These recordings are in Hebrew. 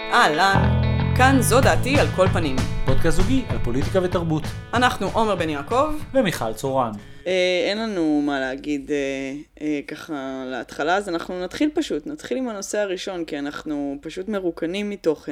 אהלן, כאן זו דעתי על כל פנים. פודקאסט זוגי על פוליטיקה ותרבות. אנחנו עומר בן יעקב. ומיכל צורן. אין לנו מה להגיד ככה להתחלה, אז אנחנו נתחיל עם הנושא הראשון, כי אנחנו פשוט מרוקנים מתוכן.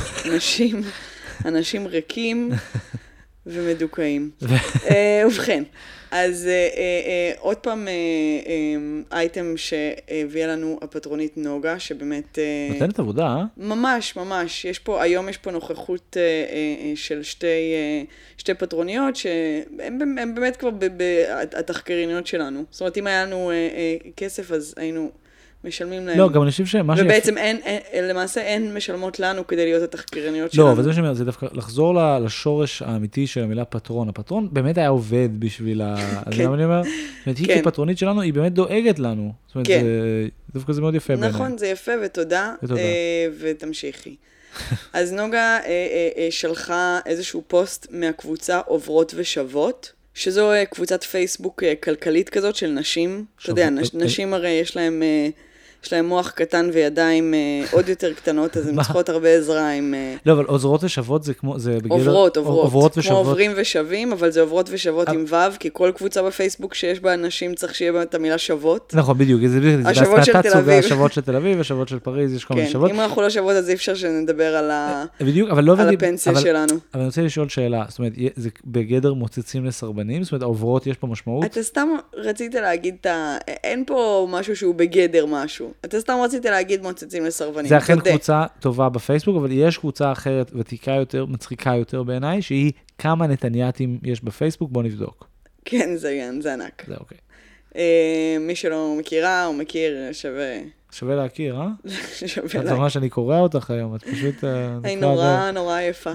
אנשים ריקים ומדוכאים. ובכן, אז עוד פעם אייטם שהביאה לנו הפטרונית נוגה, שבאמת... נותנת עבודה, אה? ממש. היום יש פה נוכחות של שתי פטרוניות, שהן באמת כבר התחקרניות שלנו. זאת אומרת, אם היה לנו כסף, אז היינו... משלמים להם. לא, גם אני חושב שמה ובעצם למעשה אין משלמות לנו כדי להיות התחקרניות שלנו. לא, אבל זה מה שאני אומר, זה דווקא לחזור לשורש האמיתי של המילה פטרון. הפטרון באמת היה עובד בשביל אז למה אני אומר? זאת אומרת, היא כפטרונית שלנו, היא באמת דואגת לנו. זאת אומרת, דווקא זה מאוד יפה בעיניי. נכון, זה יפה, ותודה. ותמשיכי. אז נוגה שלחה איזשהו פוסט מהקבוצה עוברות ושוות, שזו קבוצת פייסבוק כלכלית כזאת של נשים. אתה יודע, נשים הרי יש להם מוח קטן וידיים עוד יותר קטנות, אז הן צריכות הרבה עזרה עם... לא, אבל עוזרות ושוות זה כמו... עוברות ושוות. כמו עוברים ושווים, אבל זה עוברות ושוות עם וו, כי כל קבוצה בפייסבוק שיש בה נשים צריך שיהיה בה את המילה שוות. נכון, בדיוק. השוות של תל אביב. השוות של תל אביב, השוות של פריז, יש כל מיני שוות. אם אנחנו לא שוות, אז אי אפשר שנדבר על הפנסיה שלנו. אבל אני רוצה לשאול שאלה, זאת אומרת, זה בגדר מוצצים לסרבנים? זאת אומרת, העוברות יש פה משמעות? אתה סתם רצית להגיד אין פה משהו שהוא בגדר משהו. אתה סתם רצית להגיד מוצצים לסרבנים. זה אכן קבוצה טובה בפייסבוק, אבל יש קבוצה אחרת ותיקה יותר, מצחיקה יותר בעיניי, שהיא כמה נתניאתים יש בפייסבוק, בוא נבדוק. כן, זה ענק. זה אוקיי. מי שלא מכירה או מכיר שווה להכיר, אה? שווה להכיר. את ממש אני קורא אותך היום, את פשוט... היא נורא יפה.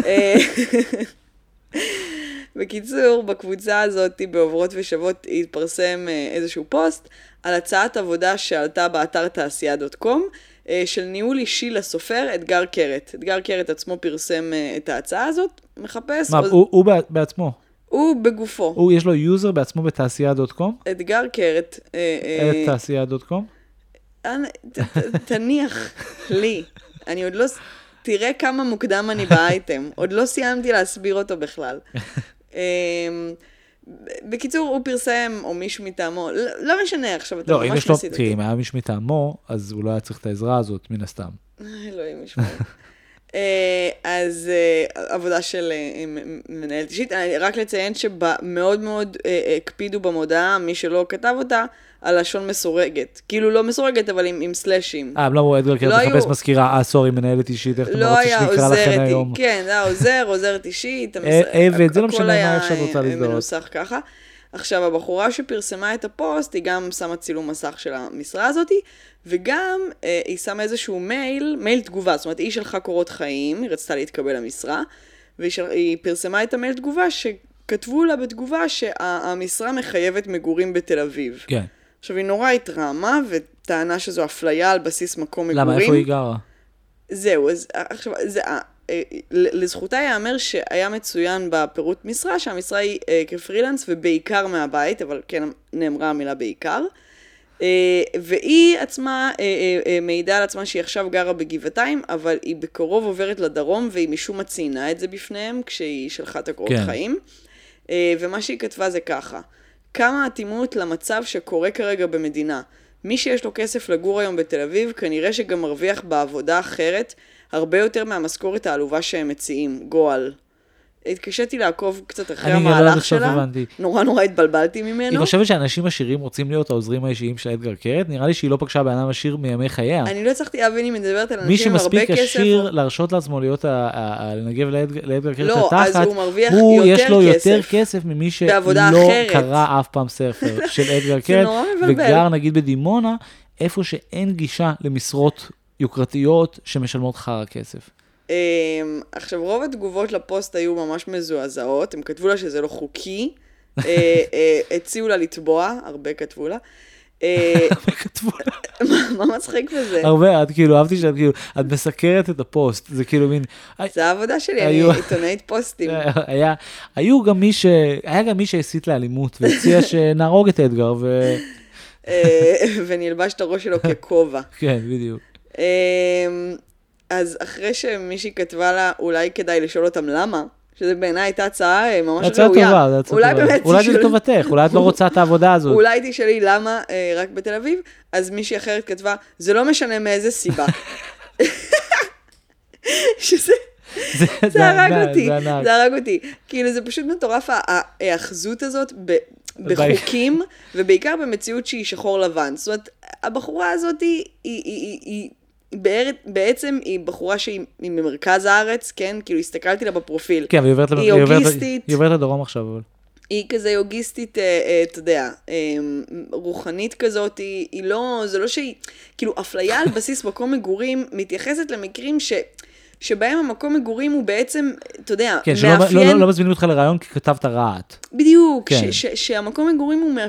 בקיצור, בקבוצה הזאת, בעוברות ושוות, התפרסם איזשהו פוסט על הצעת עבודה שעלתה באתר תעשייה.com, של ניהול אישי לסופר אתגר קרת. אתגר קרת עצמו פרסם את ההצעה הזאת, מחפש... מה, הוא בעצמו? הוא בגופו. הוא, יש לו יוזר בעצמו בתעשייה.com? אתגר קרת. את תעשייה.com? תניח לי. אני עוד לא... תראה כמה מוקדם אני באייטם. עוד לא סיימתי להסביר אותו בכלל. בקיצור, הוא פרסם, או מישהו מטעמו, לא משנה עכשיו, אתה ממש ניסית אותי. אם היה מישהו מטעמו, אז הוא לא היה צריך את העזרה הזאת, מן הסתם. אלוהים ישמע. אז עבודה של מנהלת אישית, רק לציין שמאוד מאוד הקפידו במודעה, מי שלא כתב אותה, על לשון מסורגת. כאילו לא מסורגת, אבל עם סלשים. הם לא אמרו, אדגר קרת מחפש מזכירה, סורי, מנהלת אישית, איך אתם רוצים שנקרא לכם היום? כן, זה היה עוזרת אישית. זה לא משנה מה איך שאת רוצה להזדהות. מנוסח ככה. עכשיו, הבחורה שפרסמה את הפוסט, היא גם שמה צילום מסך של המשרה הזאת, וגם היא שמה איזשהו מייל תגובה, זאת אומרת, היא שלחה קורות חיים, היא רצתה להתקבל למשרה, והיא פרסמה את המייל תגובה, שכתבו לה בתגובה שהמשרה מחייבת מגורים בתל אביב. כן. עכשיו, היא נורא התרעמה, וטענה שזו אפליה על בסיס מקום מגורים. למה, איפה היא גרה? זהו, אז עכשיו, לזכותה יאמר שהיה מצוין בפירוט משרה, שהמשרה היא כפרילנס ובעיקר מהבית, אבל כן נאמרה המילה בעיקר, והיא עצמה מעידה על עצמה שהיא עכשיו גרה בגבעתיים, אבל היא בקרוב עוברת לדרום, והיא משום מה ציינה את זה בפניהם, כשהיא שלחה את הקורות חיים, ומה שהיא כתבה זה ככה, כמה אטימות למצב שקורה כרגע במדינה, מי שיש לו כסף לגור היום בתל אביב, כנראה שגם מרוויח בעבודה אחרת, הרבה יותר מהמשכורת העלובה שהם מציעים, גועל. התקשיתי לעקוב קצת אחרי המהלך שלה, נורא התבלבלתי ממנו. היא חושבת שאנשים עשירים רוצים להיות העוזרים האישיים של אדגר קרת, נראה לי שהיא לא פגשה באדם עשיר מימי חייה. אני לא הצלחתי להבין אם מדברת על אנשים עם הרבה כסף. מי שמספיק עשיר להרשות לעצמו להיות לנגב לאדגר קרת לא, התחת, אז הוא מרוויח יש לו יותר כסף ממי שלא קרא אף פעם ספר של אדגר קרת, וגר נגיד בדימונה, איפה שאין גישה למשרות יוקרתיות שמשלמות חר הכסף. עכשיו, רוב התגובות לפוסט היו ממש מזועזעות, הם כתבו לה שזה לא חוקי, הציעו לה לתבוע, הרבה כתבו לה. מה מצחיק בזה? הרבה, את כאילו, אהבתי שאת כאילו, את מסקרת את הפוסט, זה כאילו מין... זה העבודה שלי, אני עיתונאית פוסטים. היה גם מי שהסית לאלימות, והציע שנהרוג את אדגר, ונלבש את הראש שלו ככובע. כן, בדיוק. אז אחרי שמישהי כתבה לה, אולי כדאי לשאול אותם למה, שזה בעיניי הייתה הצעה ממש ראויה. אולי באמת אולי זה לטובתך, אולי את לא רוצה את העבודה הזאת. אולי תשאלי למה רק בתל אביב, אז מישהי אחרת כתבה, זה לא משנה מאיזה סיבה. שזה... זה הרג אותי. כאילו זה פשוט מטורף האחזות הזאת בחוקים, ובעיקר במציאות שהיא שחור לבן. זאת אומרת, הבחורה הזאת היא בעצם היא בחורה שהיא ממרכז הארץ, כן? כאילו הסתכלתי לה בפרופיל. כן, היא יוגיסטית. היא עוברת לדרום עכשיו, אבל. היא כזה יוגיסטית, אתה יודע, רוחנית כזאת, היא לא, זה לא שהיא, כאילו אפליה על בסיס מקום מגורים מתייחסת למקרים שבהם המקום מגורים הוא בעצם, אתה יודע, כן, שלא מזמינים אותך לרעיון כי כתבת רעת. בדיוק, שהמקום מגורים הוא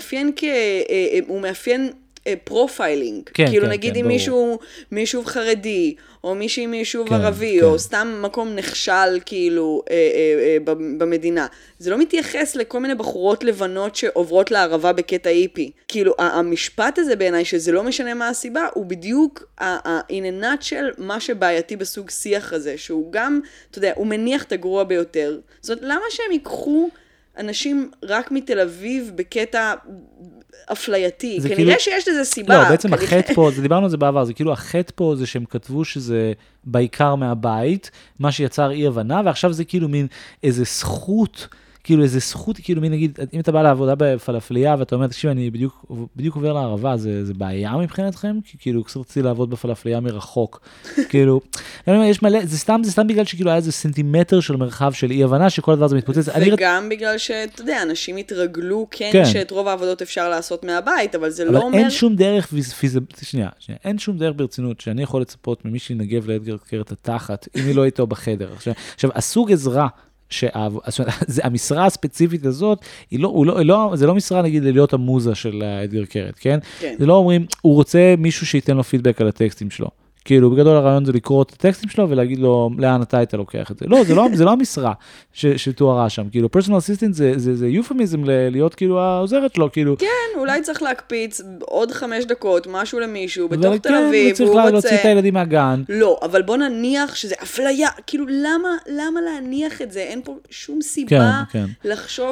מאפיין פרופיילינג, כאילו נגיד אם מישהו מיישוב חרדי, או מישהי מיישוב ערבי, או סתם מקום נכשל כאילו במדינה. זה לא מתייחס לכל מיני בחורות לבנות שעוברות לערבה בקטע איפי. כאילו המשפט הזה בעיניי, שזה לא משנה מה הסיבה, הוא בדיוק העיננת של מה שבעייתי בסוג שיח הזה, שהוא גם, אתה יודע, הוא מניח את הגרוע ביותר. זאת אומרת, למה שהם ייקחו אנשים רק מתל אביב בקטע אפלייתי? כנראה כאילו, שיש לזה סיבה. לא, בעצם החטא פה, דיברנו על זה בעבר, זה כאילו החטא פה זה שהם כתבו שזה בעיקר מהבית, מה שיצר אי הבנה, ועכשיו זה כאילו מין איזה זכות, כאילו מין נגיד, אם אתה בא לעבודה בפלאפליה, ואתה אומר, תקשיב, אני בדיוק עובר לערבה, זה בעיה מבחינתכם? כי כאילו, קצת רציתי לעבוד בפלאפליה מרחוק. כאילו, יש מלא, זה סתם בגלל שכאילו היה איזה סנטימטר של מרחב של אי הבנה, שכל הדבר זה מתפוצץ. וגם בגלל שאתה יודע, אנשים התרגלו, כן, שאת רוב העבודות אפשר לעשות מהבית, אבל זה לא אומר... אבל אין שום דרך, שנייה, אין שום דרך ברצינות, שאני יכול לצפות ממי שינגב לאדגר קרת התחת, אם היא לא איתו בחדר. עכשיו, הסוג עזרה המשרה הספציפית הזאת, זה לא משרה נגיד להיות המוזה של אדגר קרת, כן? זה לא אומרים, הוא רוצה מישהו שייתן לו פידבק על הטקסטים שלו. כאילו, בגדול הרעיון זה לקרוא את הטקסטים שלו ולהגיד לו, לאן אתה היית לוקח את זה. לא, זה לא המשרה שתוארה שם. כאילו, personal assistant זה יופמיזם להיות כאילו העוזרת שלו, כאילו. כן, אולי צריך להקפיץ עוד 5 דקות, משהו למישהו, בתוך תל אביב, הוא רוצה... להוציא את הילדים מהגן. לא, אבל בוא נניח שזה אפליה. כאילו, למה להניח את זה? אין פה שום סיבה לחשוב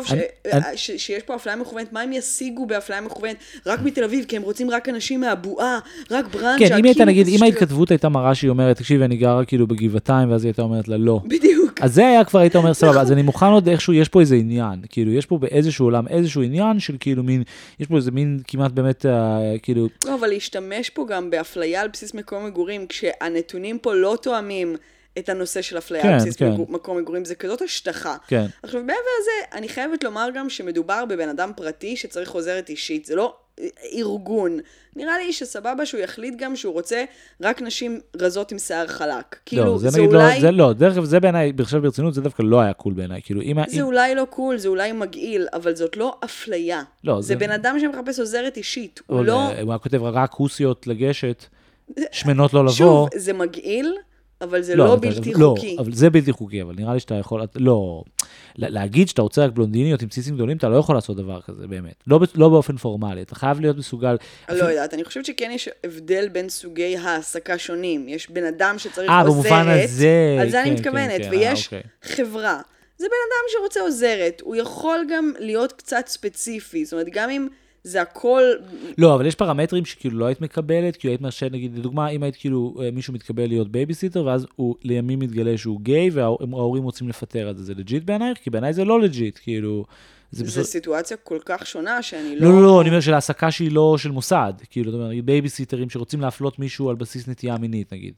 שיש פה אפליה מכוונת. מה הם ישיגו באפליה מכוונת? רק מתל אביב, כי הם רוצים רק אנשים מהבועה, רק ברנצ'ה. כן, אם ההתכתבות הייתה מראה שהיא אומרת, תקשיבי, אני גרה כאילו בגבעתיים, ואז היא הייתה אומרת לה, לא. בדיוק. אז זה היה כבר, היית אומר, סבבה, אז אני מוכן עוד איכשהו, יש פה איזה עניין, כאילו, יש פה באיזשהו עולם, איזשהו עניין של כאילו מין, יש פה איזה מין כמעט באמת, כאילו... לא, אבל להשתמש פה גם באפליה על בסיס מקום מגורים, כשהנתונים פה לא תואמים את הנושא של אפליה על בסיס מקום מגורים, זה כזאת השטחה. עכשיו, מעבר לזה, אני חייבת לומר גם שמדובר בבן אדם פרטי שצריך עוזרת אישית, זה לא ארגון. נראה לי שסבבה שהוא יחליט גם שהוא רוצה רק נשים רזות עם שיער חלק. כאילו, זה אולי... לא, דרך זה בעיניי, עכשיו ברצינות, זה דווקא לא היה קול בעיניי. זה אולי לא קול, זה אולי מגעיל, אבל זאת לא אפליה. זה בן אדם שמחפש עוזרת אישית. הוא לא... הוא היה כותב רק כוסיות לגשת, שמנות לא לבוא. שוב, זה מגעיל, אבל זה לא בלתי חוקי. אבל זה בלתי חוקי, אבל נראה לי שאתה יכול... לא... להגיד שאתה רוצה רק בלונדיניות עם ציסים גדולים, אתה לא יכול לעשות דבר כזה, באמת. לא באופן פורמלי, אתה חייב להיות מסוגל... לא יודעת, אני חושבת שכן יש הבדל בין סוגי העסקה שונים. יש בן אדם שצריך עוזרת, במובן הזה... על זה אני מתכוונת, ויש חברה. זה בן אדם שרוצה עוזרת, הוא יכול גם להיות קצת ספציפי, זאת אומרת, גם אם זה הכל... לא, אבל יש פרמטרים שכאילו לא היית מקבלת, כי היית מרשה, נגיד, לדוגמה, אם היית כאילו מישהו מתקבל להיות בייביסיטר, ואז הוא לימים מתגלה שהוא גיי, וההורים רוצים לפטר את זה. זה לג'יט בעיניי? כי בעיניי זה לא לג'יט, כאילו... זה סיטואציה כל כך שונה שאני לא... לא, אני אומר של העסקה שהיא לא של מוסד, כאילו, זאת אומרת, בייביסיטרים שרוצים להפלות מישהו על בסיס נטייה מינית, נגיד.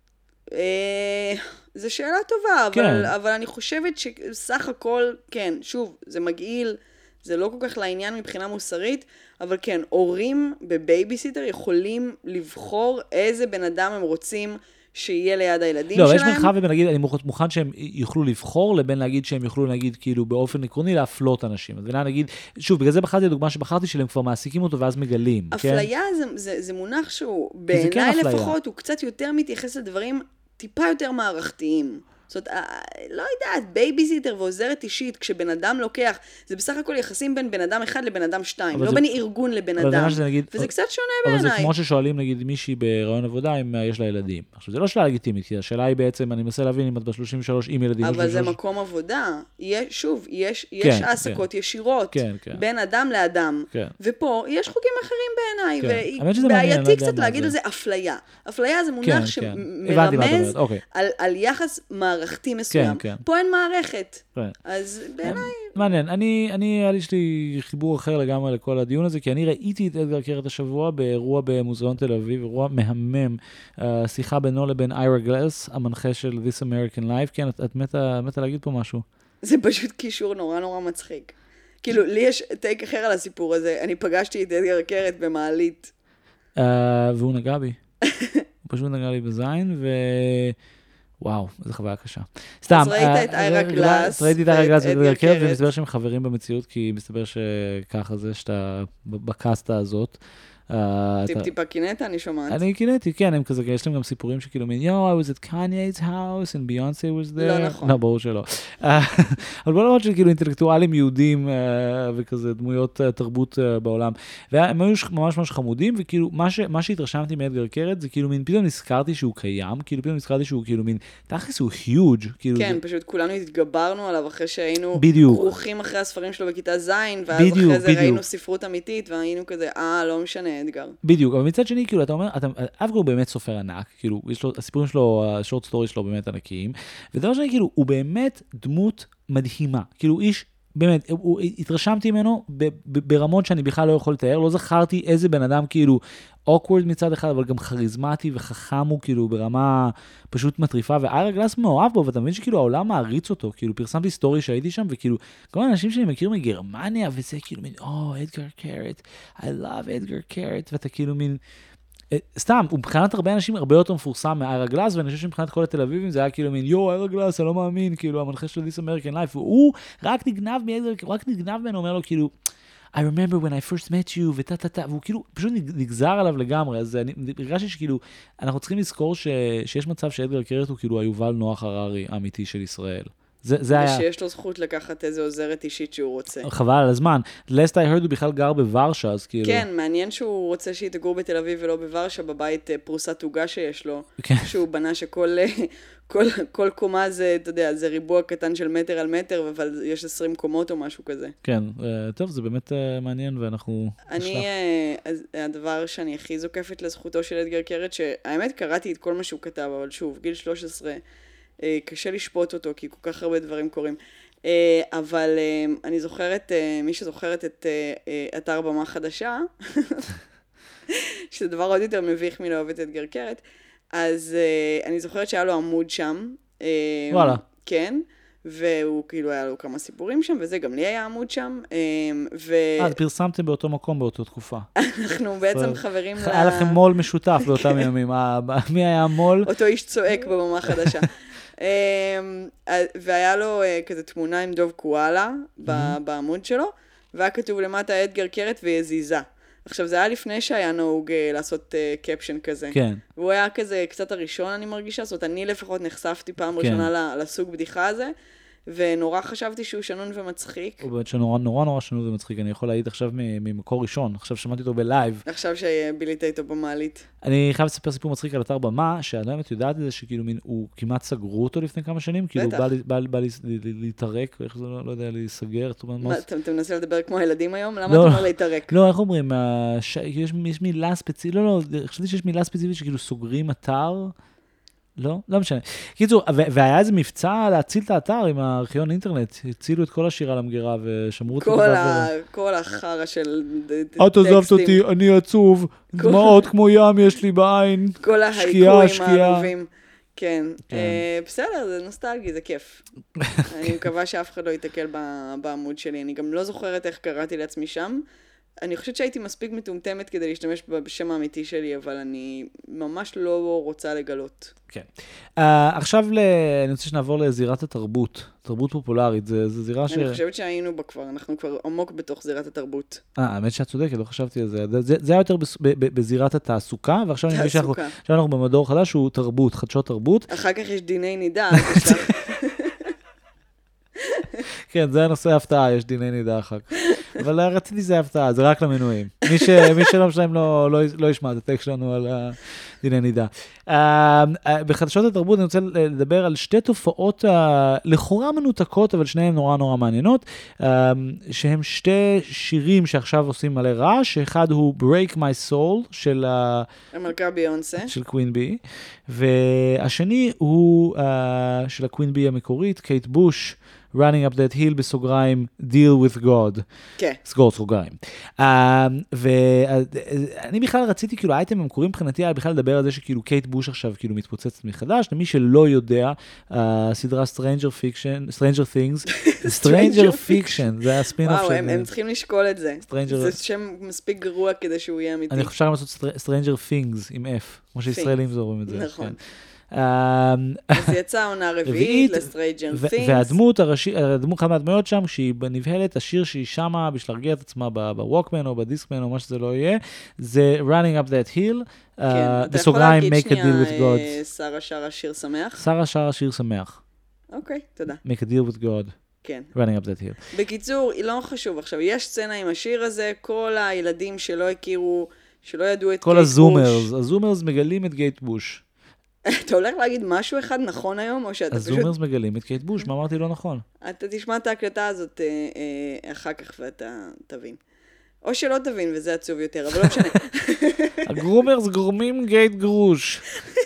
זו שאלה טובה, אבל אני חושבת שסך הכל, כן, שוב, זה מגעיל, זה לא כל כך לעניין מבחינה מוסרית, אבל כן, הורים בבייביסיטר יכולים לבחור איזה בן אדם הם רוצים שיהיה ליד הילדים שלהם. לא, יש מרחב ובין להגיד, אני מוכן שהם יוכלו לבחור, לבין להגיד שהם יוכלו, נגיד, כאילו, באופן עקרוני להפלות אנשים. אז נגיד, שוב, בגלל זה בחרתי הדוגמה שבחרתי שלהם כבר מעסיקים אותו ואז מגלים. אפליה זה מונח שהוא, בעיניי לפחות, הוא קצת יותר מתייחס לדברים טיפה יותר מערכתיים. זאת אומרת, לא יודעת, בייביסיטר ועוזרת אישית, כשבן אדם לוקח, זה בסך הכל יחסים בין בן אדם אחד לבן אדם שתיים, לא בין ארגון לבן אדם, וזה קצת שונה בעיניי. אבל זה כמו ששואלים, נגיד, מישהי ברעיון עבודה, אם יש לה ילדים. עכשיו, זה לא שאלה לגיטימית, כי השאלה היא בעצם, אני מנסה להבין אם את ב-33 עם ילדים. אבל זה מקום עבודה. שוב, יש העסקות ישירות, בין אדם לאדם, ופה יש חוקים אחרים בעיניי, ובעייתי קצת להגיד על זה אפליה. אפליה זה מונח שמרמז על יחס מערכתי מסוים. פה אין מערכת. אז בעיניי... מעניין. יש לי חיבור אחר לגמרי לכל הדיון הזה, כי אני ראיתי את אדגר קרת השבוע באירוע במוזיאון תל אביב, אירוע מהמם, שיחה בינו לבין איירה גלס, המנחה של This American Life. כן, את מתה להגיד פה משהו? זה פשוט קישור נורא נורא מצחיק. כאילו, לי יש טייק אחר על הסיפור הזה. אני פגשתי את אדגר קרת במעלית. והוא נגע בי. הוא פשוט נגע לי בזין, וואו, איזו חוויה קשה. סתם. אז ראית את איירה גלס. ראיתי את איירה גלס ואת אדגר קרת, ומסתבר שהם חברים במציאות, כי מסתבר שככה זה, שאתה בקאסטה הזאת. טיפה קינטה, אני שומעת. אני קינטי, כן, הם כזה, יש להם גם סיפורים שכאילו, I was at Kanye's house and Beyonce was there. לא נכון. לא, ברור שלא. אבל בוא נראות של כאילו אינטלקטואלים יהודים וכזה דמויות תרבות בעולם. והם היו ממש ממש חמודים, וכאילו מה שהתרשמתי מאדגר קרת, זה כאילו מין, פתאום נזכרתי שהוא קיים, כאילו פתאום נזכרתי שהוא כאילו מין, תכלס הוא huge. כן, פשוט כולנו התגברנו עליו אחרי שהיינו כרוכים אחרי הספרים שלו בכיתה זין, ואז אחרי זה ראינו ספרות אמיתית, והיינו כזה, לא משנה. אדגר. בדיוק, אבל מצד שני, כאילו, אתה אומר, אדגר הוא באמת סופר ענק, כאילו, הסיפורים שלו, השורט סטורי שלו באמת ענקיים, ודבר שני, כאילו, הוא באמת דמות מדהימה, כאילו, איש, באמת, התרשמתי ממנו ברמות שאני בכלל לא יכול לתאר, לא זכרתי איזה בן אדם, כאילו, awkward מצד אחד, אבל גם כריזמטי וחכם הוא, כאילו, ברמה פשוט מטריפה, ואיירה גלס מאוהב בו, ואתה מבין שכאילו, העולם מעריץ אותו, כאילו, פרסמתי סטורי שהייתי שם, וכאילו, כל האנשים שאני מכיר מגרמניה, וזה כאילו מין, אדגר קרת, I love אדגר קרת, ואתה כאילו מין, סתם, מבחינת הרבה אנשים הרבה יותר מפורסם מאיירה גלס, ואני חושב שמבחינת כל התל אביבים זה היה כאילו מין, איירה גלס, אני לא מאמין, כאילו, המנחה של This American Life, והוא רק נגנב ממנו, אומר לו כאילו, I remember when I first met you, והוא כאילו פשוט נגזר עליו לגמרי, אז אני הרגשתי שכאילו, אנחנו צריכים לזכור שיש מצב שאדגר קרת הוא כאילו היובל נוח הררי האמיתי של ישראל. זה היה... ושיש לו זכות לקחת איזו עוזרת אישית שהוא רוצה. חבל על הזמן. last I heard הוא בכלל גר בוורשה, אז כאילו... כן, מעניין שהוא רוצה שהיא תגור בתל אביב ולא בוורשה, בבית פרוסת עוגה שיש לו. כן. שהוא בנה כל קומה זה, אתה יודע, זה ריבוע קטן של מטר על מטר, אבל יש 20 קומות או משהו כזה. כן, טוב, זה באמת מעניין, ואנחנו... הדבר שאני הכי זוקפת לזכותו של אדגר קרת, שהאמת קראתי את כל מה שהוא כתב, אבל שוב, גיל 13... קשה לשפוט אותו, כי כל כך הרבה דברים קורים. אבל אני זוכרת, מי שזוכרת את אתר במה חדשה, שזה דבר עוד יותר מביך מלאהוב את אדגר קרת, אז אני זוכרת שהיה לו עמוד שם. וואלה. כן, והוא כאילו היה לו כמה סיפורים שם, וזה גם לי היה עמוד שם. אז פרסמתם באותו מקום באותו תקופה. אנחנו בעצם חברים היה לכם מול משותף באותם ימים. מי היה המול? אותו איש צועק בבמה חדשה. והיה לו כזה תמונה עם דוב קואלה בעמוד שלו, והיה כתוב למטה אדגר קרת ויזיזה. עכשיו, זה היה לפני שהיה נהוג לעשות קפשן כזה. כן. והוא היה כזה קצת הראשון, אני מרגישה. זאת אומרת, אני לפחות נחשפתי פעם ראשונה לסוג בדיחה הזה, ונורא חשבתי שהוא שנון ומצחיק. הוא באמת שנורא נורא נורא שנון ומצחיק. אני יכול להעיד עכשיו ממקור ראשון. עכשיו שמעתי אותו בלייב. עכשיו שבילית איתו במעלית. אני חייב לספר סיפור מצחיק על אתר במה, שאני לא יודעת את זה שכאילו הוא כמעט סגרו אותו לפני כמה שנים. כאילו בא להתערק, איך זה לא יודע, להיסגר. אתה מנסה לדבר כמו הילדים היום? למה אתה אומר להתערק? לא, איך אומרים? יש מילה ספציפית, לא, חשבתי שיש מילה ספציפית שכאילו סוגרים אתר. לא משנה. קיצור, והיה איזה מבצע להציל את האתר עם הארכיון אינטרנט. הצילו את כל השירה למגירה ושמרו את כל החרה של טקסטים. את עזבת אותי, אני עצוב, דמעות כמו ים יש לי בעין. כל ההייקויים העלובים. כן. בסדר, זה נוסטלגי, זה כיף. אני מקווה שאף אחד לא יתקל בעמוד שלי. אני גם לא זוכרת איך קראתי לעצמי שם. אני חושבת שהייתי מספיק מטומטמת כדי להשתמש בשם האמיתי שלי, אבל אני ממש לא רוצה לגלות. כן. עכשיו אני רוצה שנעבור לזירת התרבות, תרבות פופולרית, זה זירה אני חושבת שהיינו בה כבר, אנחנו כבר עמוק בתוך זירת התרבות. האמת שאת צודקת, לא חשבתי על זה. זה היה יותר בזירת התעסוקה, ועכשיו אני מבין שאנחנו במדור חדש, שהוא תרבות, חדשות תרבות. אחר כך יש דיני נידה. כן, זה הנושא ההפתעה, יש דיני נידה אחר כך. אבל רציתי זה הפתעה, זה רק למנויים. מי שלא משלם לא ישמע את הטקסט שלנו על דיני נידה. בחדשות התרבות אני רוצה לדבר על שתי תופעות לכאורה מנותקות, אבל שניהן נורא נורא מעניינות, שהם שתי שירים שעכשיו עושים מלא רעש, אחד הוא Break My Soul של המלכה ביונסה. של קווין בי, והשני הוא של הקווין בי המקורית, קייט בוש, Running up that hill בסוגריים, deal with God. כן. סגור סוגריים. ואני בכלל רציתי, כאילו, האייטם המקורי מבחינתי היה בכלל לדבר על זה שכאילו קייט בוש עכשיו כאילו מתפוצצת מחדש, למי שלא יודע, סדרה Stranger Things, Stranger Fiction, זה הספין-אוף של... וואו, הם צריכים לשקול את זה. זה שם מספיק גרוע כדי שהוא יהיה אמיתי. אני חושב לעשות Stranger Things עם F, כמו שישראלים זורים את זה. נכון. אז יצאה עונה רביעית ל-Stranger Things. והדמות, אחת מהדמויות שם, כשהיא נבהלת, השיר שהיא שמה בשביל להרגיע את עצמה בווקמן או בדיסקמן או מה שזה לא יהיה, זה Running Up That Hill, בסוגריים Make a Deal with God. אתה יכול להגיד שנייה, שרה שרה שיר שמח? שרה שרה שיר שמח. אוקיי, תודה. Make a Deal with God. כן. Running Up That Hill. בקיצור, לא חשוב. עכשיו, יש סצנה עם השיר הזה, כל הילדים שלא הכירו, שלא ידעו את כל הזומרס מגלים את גייט בוש. אתה הולך להגיד משהו אחד נכון היום, או שאתה פשוט... הזומרס מגלים את קייט בוש, מה אמרתי לא נכון? אתה תשמע את ההקלטה הזאת אחר כך ואתה תבין. או שלא תבין, וזה עצוב יותר, אבל לא משנה. הגרומרס גורמים גייט גרוש.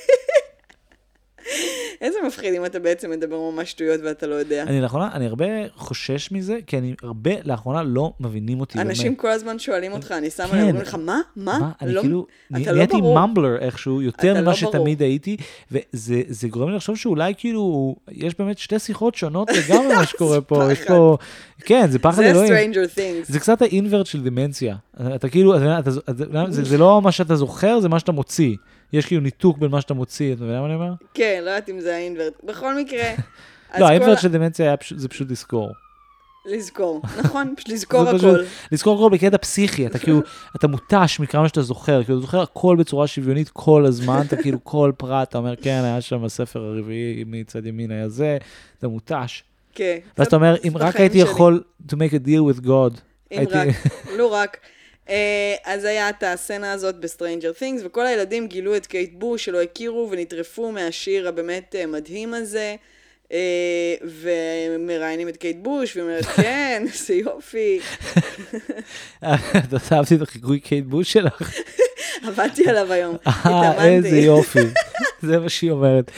איזה מפחיד אם אתה בעצם מדבר ממש שטויות ואתה לא יודע. אני הרבה חושש מזה, כי אני הרבה לאחרונה לא מבינים אותי. אנשים כל הזמן שואלים אותך, אני שמה להם, אומרים לך, מה? אני כאילו, נהייתי ממבלר איכשהו, יותר ממה שתמיד הייתי, וזה גורם לי לחשוב שאולי כאילו, יש באמת שתי שיחות שונות לגמרי מה שקורה פה. יש פה, כן, זה פחד אלוהים. זה Stranger Things. זה קצת האינברט של דמנציה. אתה כאילו, זה לא מה שאתה זוכר, זה מה שאתה מוציא. יש כאילו ניתוק בין מה שאתה מוציא, אתה מבין מה אני אומר? כן, לא יודעת אם זה האינברט. בכל מקרה... לא, האינברט של דמנציה זה פשוט לזכור. לזכור, נכון? פשוט לזכור הכל. לזכור הכל בקטע פסיכי, אתה כאילו, אתה מוטש מכמה שאתה זוכר, כאילו, אתה זוכר הכל בצורה שוויונית כל הזמן, אתה כאילו כל פרט, אתה אומר, כן, היה שם הספר הרביעי מצד ימין היה זה, אתה מוטש. כן. ואז אתה אומר, אם רק הייתי יכול to make a deal with God. אם רק, לא רק. אז היה את הסצנה הזאת בסטרנג'ר תינגס, וכל הילדים גילו את קייט בוש שלא הכירו ונטרפו מהשיר הבאמת מדהים הזה, ומראיינים את קייט בוש, ואומרת, כן, זה יופי. אתה אהבתי את החיקוי קייט בוש שלך? עבדתי עליו היום, התאמנתי. איזה יופי, זה מה שהיא אומרת.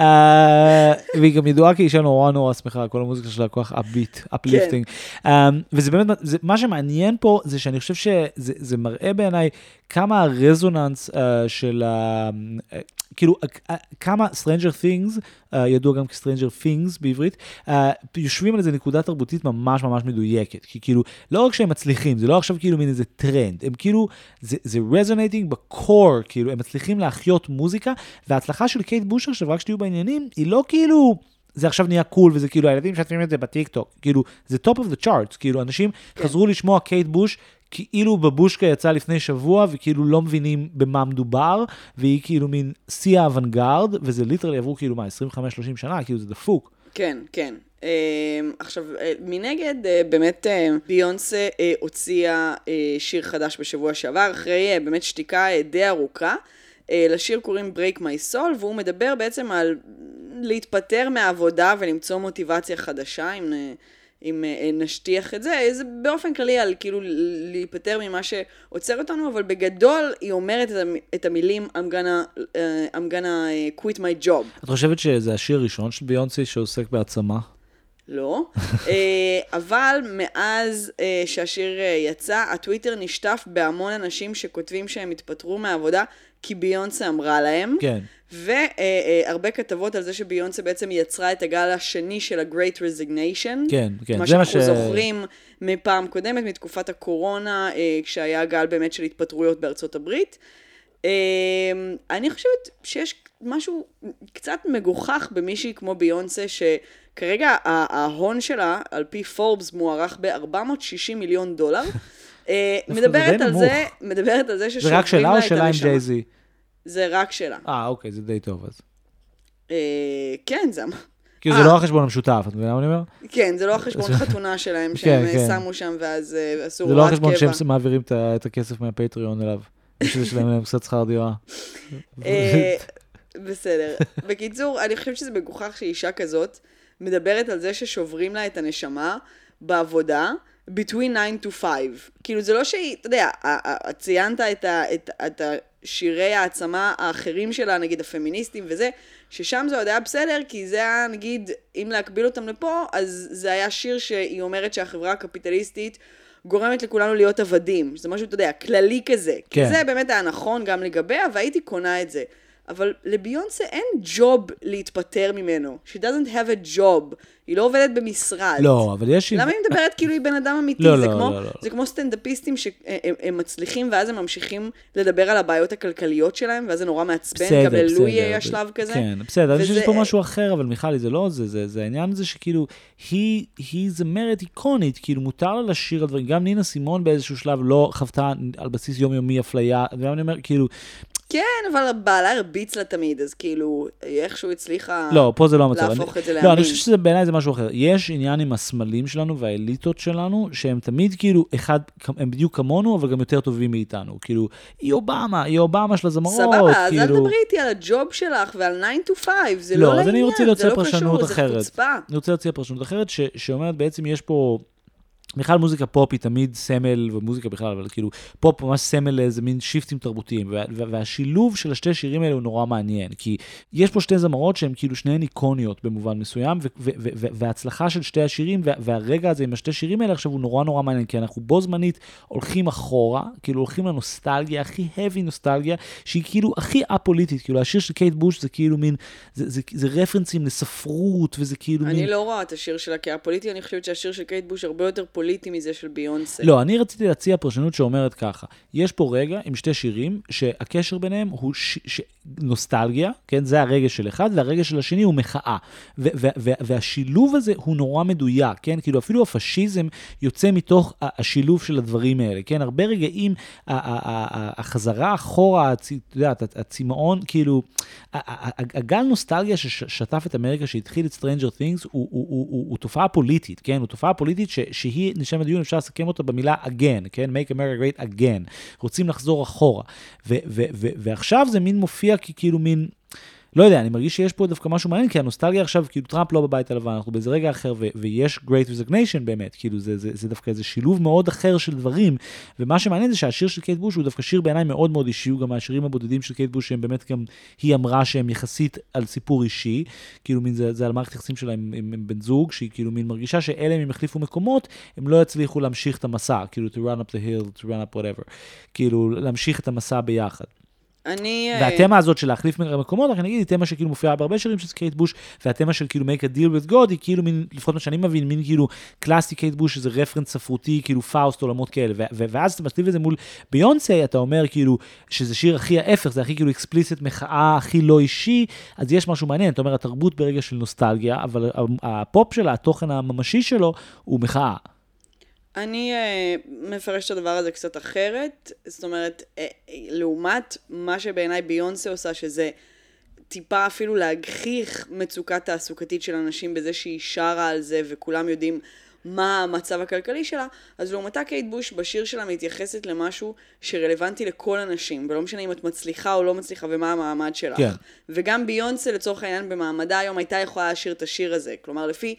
והיא גם ידועה כאישה נורא נורא שמחה, כל המוזיקה שלה כוח אפליפטינג. וזה באמת, מה שמעניין פה זה שאני חושב שזה מראה בעיניי כמה הרזוננס של כאילו, כמה Stranger Things, ידוע גם כ-Stranger Things בעברית, יושבים על איזה נקודה תרבותית ממש ממש מדויקת. כי כאילו, לא רק שהם מצליחים, זה לא עכשיו כאילו מין איזה טרנד, הם כאילו, זה resonating בקור, כאילו, הם מצליחים להחיות מוזיקה, וההצלחה של קייט בוש עכשיו, רק שתהיו בעניינים, היא לא כאילו, זה עכשיו נהיה קול, וזה כאילו, הילדים שתפים את זה בטיק-טוק, כאילו, זה top of the charts, כאילו, אנשים חזרו לשמוע קייט בוש, כאילו בבושקה יצא לפני שבוע, וכאילו לא מבינים במה מדובר, והיא כאילו מין שיא האוונגרד, וזה ליטרלי עברו כאילו מה, 25-30 שנה, כאילו זה דפוק. כן, כן. עכשיו, מנגד, באמת ביונסה הוציאה שיר חדש בשבוע שעבר, אחרי באמת שתיקה די ארוכה, לשיר קוראים Break My Soul, והוא מדבר בעצם על להתפטר מהעבודה ולמצוא מוטיבציה חדשה, אם נשטיח את זה, זה באופן כללי על כאילו להיפטר ממה שעוצר אותנו, אבל בגדול היא אומרת את המילים I'm gonna quit my job. את חושבת שזה השיר הראשון של ביונסה שעוסק בעצמה? לא, אבל מאז שהשיר יצא, הטוויטר נשטף בהמון אנשים שכותבים שהם התפטרו מהעבודה, כי ביונסה אמרה להם. כן. והרבה כתבות על זה שביונסה בעצם יצרה את הגל השני של ה-Great Resignation. כן, כן. מה שאנחנו זוכרים מפעם קודמת, מתקופת הקורונה, כשהיה גל באמת של התפטרויות בארצות הברית. אני חושבת שיש משהו קצת מגוחך במישהי כמו ביונסה, שכרגע ההון שלה, על פי פורבס, מוערך ב$460 מיליון. מדברת על זה זה רק שלה או שלה עם ג'ייזי? זה רק שלה. אוקיי, זה די טוב אז. כן, זה... כאילו זה לא החשבון המשותף, את מבינה מה אני אומר? כן, זה לא החשבון חתונה שלהם שהם שמו שם ואז עשו זה לא החשבון שהם מעבירים את הכסף מהפטריון אליו. בשביל שלהם להם קצת שכר דירה. בסדר. בקיצור, אני חושבת שזה מגוחך שאישה כזאת מדברת על זה ששוברים לה את הנשמה בעבודה, between 9 to 5. כאילו זה לא שהיא, אתה יודע, ציינת את שירי העצמה האחרים שלה, נגיד הפמיניסטים וזה, ששם זה עוד היה בסדר, כי זה היה, נגיד, אם להקביל אותם לפה, אז זה היה שיר שהיא אומרת שהחברה הקפיטליסטית גורמת לכולנו להיות עבדים. זה משהו, אתה יודע, כללי כזה. כן. כי זה באמת היה נכון גם לגביה, והייתי קונה את זה. אבל לביונסה אין ג'וב להתפטר ממנו. She doesn't have a job. היא לא עובדת במשרד. לא, אבל יש... למה היא מדברת כאילו היא בן אדם אמיתי? לא, זה לא, כמו, לא, לא. זה כמו סטנדאפיסטים שהם מצליחים, ואז הם ממשיכים לדבר על הבעיות הכלכליות שלהם, ואז זה נורא מעצבן, גם ללוי היה שלב כזה. כן, בסדר, אני חושב שזה פה משהו אחר, אבל מיכל, זה לא זה העניין הזה שכאילו, היא זמרת איקונית, כאילו מותר לה לשיר על דברים, גם נינה סימון באיזשהו שלב לא חוותה על בסיס יומיומי אפליה, ואני אומר, כאילו, כן, אבל בעלה הרביץ לה תמיד, אז כאילו, איכשהו הצליחה לא, פה זה לא המצב. להפוך את זה להאמין. לא, אני חושב שזה בעיניי זה משהו אחר. יש עניין עם הסמלים שלנו והאליטות שלנו, שהם תמיד כאילו, הם בדיוק כמונו, אבל גם יותר טובים מאיתנו. כאילו, היא אובמה של הזמרות. סבבה, אז אל דברי איתי על הג'וב שלך ועל 9 to 5, זה לא לעניין, אז אני רוצה להוציא פרשנות אחרת. זה חוצפה. אני רוצה להוציא פרשנות אחרת, שאומרת בעצם יש פה... בכלל מוזיקה פופ היא תמיד סמל, ומוזיקה בכלל, אבל כאילו פופ ממש סמל לאיזה מין שיפטים תרבותיים, והשילוב של השתי שירים האלה הוא נורא מעניין, כי יש פה שתי זמרות שהן כאילו שניהן איקוניות במובן מסוים, וההצלחה של שתי השירים, והרגע הזה עם השתי שירים האלה עכשיו הוא נורא נורא מעניין, כי אנחנו בו זמנית הולכים אחורה, כאילו הולכים לנוסטלגיה, הכי heavy נוסטלגיה, שהיא כאילו הכי א-פוליטית, כאילו השיר של קייט בוש זה כאילו מין, זה רפרנסים לספרות, וזה כאילו אני לא רואה את השיר שלה כ-פוליטי, אני חושבת שהשיר של קייט בוש הרבה יותר פוליטי מזה של ביונסה. לא, אני רציתי להציע פרשנות שאומרת ככה, יש פה רגע עם שתי שירים, שהקשר ביניהם הוא נוסטלגיה, כן? זה הרגע של אחד, והרגע של השני הוא מחאה. והשילוב הזה הוא נורא מדויק, כן? כאילו אפילו הפשיזם יוצא מתוך השילוב של הדברים האלה, כן? הרבה רגעים, החזרה אחורה, אתה יודע, הצמאון, כאילו, הגל נוסטלגיה ששטף את אמריקה, שהתחיל את Stranger Things, הוא תופעה פוליטית, כן? הוא תופעה פוליטית שהיא, נשם הדיון, אפשר לסכם אותה במילה again, כן? Make America Great Again. רוצים לחזור אחורה. ועכשיו זה מין מופיע כאילו מין, לא יודע, אני מרגיש שיש פה דווקא משהו מעניין, כי הנוסטלגיה עכשיו, כאילו טראמפ לא בבית הלבן, אנחנו באיזה רגע אחר, ויש Great Resignation באמת, כאילו זה דווקא איזה שילוב מאוד אחר של דברים, ומה שמעניין זה שהשיר של קייט בוש הוא דווקא שיר בעיניי מאוד מאוד אישי, הוא גם מהשירים הבודדים של קייט בוש, שהם באמת גם, היא אמרה שהם יחסית על סיפור אישי, כאילו מין זה על מערכת יחסים שלה עם בן זוג, שהיא כאילו מין מרגישה שאלה הם יחליפו מקומות, הם לא יצליחו להמשיך את המסע, כאילו to run up the hill, to run up whatever, כאילו להמשיך את המסע ביחד. והתמה הזאת של להחליף מקומות, אני אגיד, היא תמה שכאילו מופיעה בהרבה שירים של קייט בוש, והתמה של כאילו make a deal with God, היא כאילו מין, לפחות מה שאני מבין, מין כאילו קלאסי קייט בוש, שזה רפרנס ספרותי, כאילו פאוסט, עולמות כאלה, ואז אתה משליב את זה מול ביונסה, אתה אומר כאילו, שזה שיר הכי ההפך, זה הכי כאילו אקספליסט מחאה, הכי לא אישי, אז יש משהו מעניין, אתה אומר, התרבות ברגע של נוסטלגיה, אבל הפופ שלה, התוכן הממשי שלו, הוא מחאה. אני מפרש את הדבר הזה קצת אחרת, זאת אומרת, לעומת מה שבעיניי ביונסה עושה, שזה טיפה אפילו להגחיך מצוקה תעסוקתית של אנשים בזה שהיא שרה על זה, וכולם יודעים מה המצב הכלכלי שלה, אז לעומתה קייט בוש בשיר שלה מתייחסת למשהו שרלוונטי לכל אנשים, ולא משנה אם את מצליחה או לא מצליחה ומה המעמד שלך. כן. וגם ביונסה לצורך העניין במעמדה היום הייתה יכולה לשיר את השיר הזה, כלומר לפי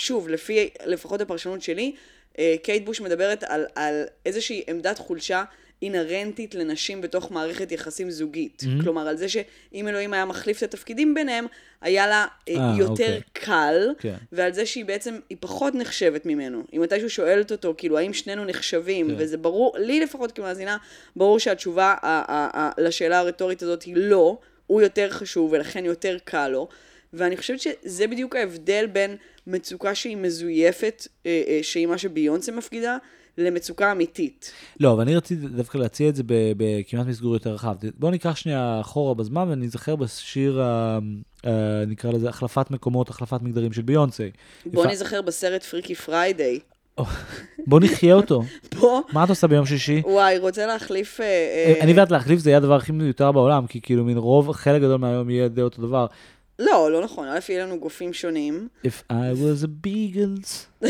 לפחות הפרשנות שלי, קייט בוש מדברת על איזושהי עמדת חולשה אינרנטית לנשים בתוך מערכת יחסים זוגית. כלומר, על זה שאם אלוהים היה מחליף את התפקידים ביניהם, היה לה יותר קל, ועל זה שהיא בעצם, היא פחות נחשבת ממנו. אם מתישהו שואלת אותו, כאילו, האם שנינו נחשבים, וזה ברור, לי לפחות כמאזינה, ברור שהתשובה לשאלה הרטורית הזאת היא לא, הוא יותר חשוב ולכן יותר קל לו, ואני חושבת שזה בדיוק ההבדל בין מצוקה שהיא מזויפת, שהיא מה שביונסה מפגידה, למצוקה אמיתית. לא, אבל אני רציתי דווקא להציע את זה בכמעט מסגור יותר רחב. בואו ניקח שנייה אחורה בזמן, ואני אזכר בשיר, נקרא לזה, החלפת מקומות, החלפת מגדרים של ביונסה. בואו נזכר בסרט פריקי פריידיי. בוא נחיה אותו. מה אתה עושה ביום שישי? וואי, רוצה להחליף... אני יודעת להחליף, זה יהיה הדבר הכי מיותר בעולם, כי כאילו מן רוב, חלק גדול מהיום יהיה די אותו דבר. לא, לא נכון. א' יהיה לנו גופים שונים. If I was a beagles.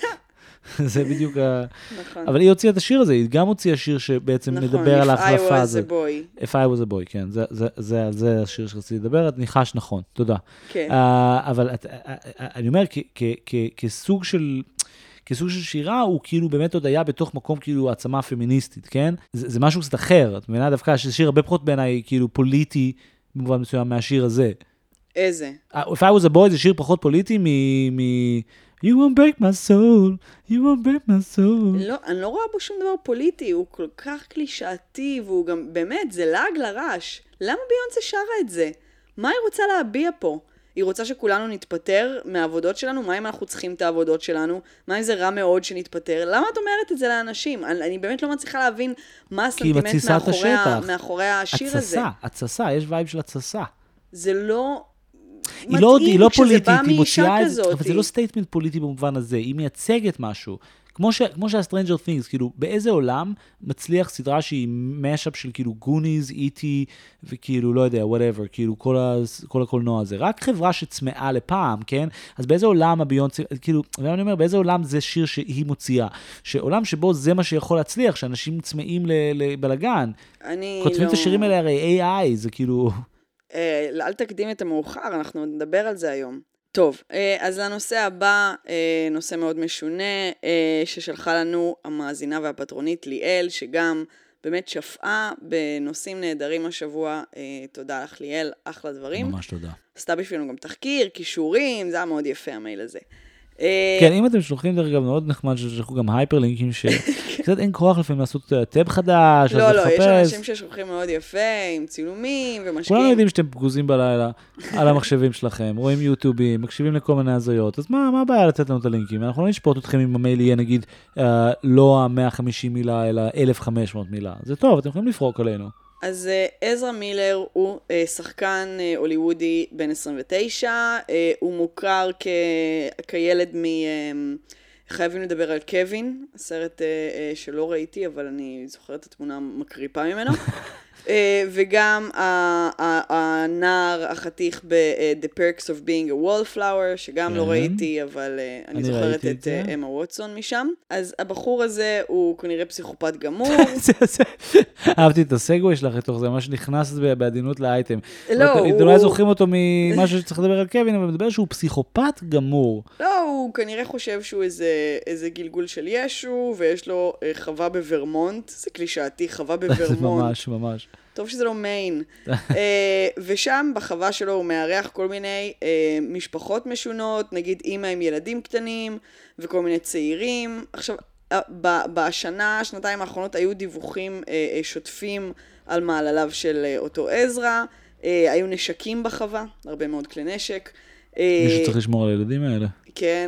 זה בדיוק נכון. אבל היא הוציאה את השיר הזה, היא גם הוציאה שיר שבעצם מדבר על ההחלפה הזאת. If I was a boy. If I was a boy, כן. זה השיר שרציתי לדבר, את ניחש נכון, תודה. כן. אבל אני אומר, כסוג של שירה, הוא כאילו באמת עוד היה בתוך מקום כאילו העצמה פמיניסטית, כן? זה משהו קצת אחר, את מבינה דווקא ששיר הרבה פחות בעיניי כאילו פוליטי, במובן מסוים מהשיר הזה. איזה? If I was a boy זה שיר פחות פוליטי You won't break my soul, you won't break my soul. לא, אני לא רואה בו שום דבר פוליטי, הוא כל כך קלישאתי, והוא גם, באמת, זה לעג לרש. למה ביונסה שרה את זה? מה היא רוצה להביע פה? היא רוצה שכולנו נתפטר מהעבודות שלנו? מה אם אנחנו צריכים את העבודות שלנו? מה אם זה רע מאוד שנתפטר? למה את אומרת את זה לאנשים? אני באמת לא מצליחה להבין מה הסנטימנט מאחורי השיר הזה. התססה, יש וייב של התססה. זה לא... היא לא פוליטית, היא מוציאה את זה, אבל זה לא סטייטמנט פוליטי במובן הזה, היא מייצגת משהו. כמו שה-Stranger Things, כאילו, באיזה עולם מצליח סדרה שהיא משאפ של כאילו גוניז, איטי, וכאילו, לא יודע, whatever, כאילו, כל הקולנוע הזה. רק חברה שצמאה לפעם, כן? אז באיזה עולם הביונסה, כאילו, אני אומר, באיזה עולם זה שיר שהיא מוציאה? שעולם שבו זה מה שיכול להצליח, שאנשים צמאים לבלגן. כותבים את השירים האלה, הרי AI, זה כאילו... אל תקדים את המאוחר, אנחנו נדבר על זה היום. טוב, אז לנושא הבא, נושא מאוד משונה, ששלחה לנו המאזינה והפטרונית ליאל, שגם באמת שפעה בנושאים נהדרים השבוע. תודה לך ליאל, אחלה דברים. ממש תודה. עשתה בשבילנו גם תחקיר, כישורים, זה היה מאוד יפה המייל הזה. כן, אם אתם שלוחים דרך גם מאוד נחמד ששלחו גם הייפרלינקים שקצת אין כוח לפעמים לעשות טאב חדש, לא, יש אנשים ששולחים מאוד יפה עם צילומים ומשקיעים. כולנו יודעים שאתם פגוזים בלילה על המחשבים שלכם, רואים יוטיובים, מקשיבים לכל מיני הזיות, אז מה הבעיה לתת לנו את הלינקים? אנחנו לא נשפוט אתכם אם המייל יהיה נגיד לא 150 מילה אלא 1,500 מילה, זה טוב, אתם יכולים לפרוק עלינו. אז עזרא מילר הוא שחקן הוליוודי בן 29, הוא מוכר כילד חייבים לדבר על קווין, הסרט שלא ראיתי, אבל אני זוכרת את התמונה מקריפה ממנו. וגם הנער החתיך ב-The Perks of Being a Wallflower, שגם לא ראיתי, אבל אני זוכרת את אמה ווטסון משם. אז הבחור הזה הוא כנראה פסיכופת גמור. אהבתי את הסגווי שלך לתוך זה, ממש נכנס בעדינות לאייטם. לא, הוא... אולי זוכרים אותו ממשהו שצריך לדבר על קווין, אבל מדבר שהוא פסיכופת גמור. לא, הוא כנראה חושב שהוא איזה גלגול של ישו, ויש לו חווה בוורמונט, זה קלישאתי, חווה בוורמונט. ממש, ממש. טוב שזה לא מיין. ושם בחווה שלו הוא מארח כל מיני משפחות משונות, נגיד אמא עם ילדים קטנים וכל מיני צעירים. עכשיו, שנתיים האחרונות היו דיווחים שוטפים על מעלליו של אותו עזרא, היו נשקים בחווה, הרבה מאוד כלי נשק. מישהו צריך לשמור על הילדים האלה. כן,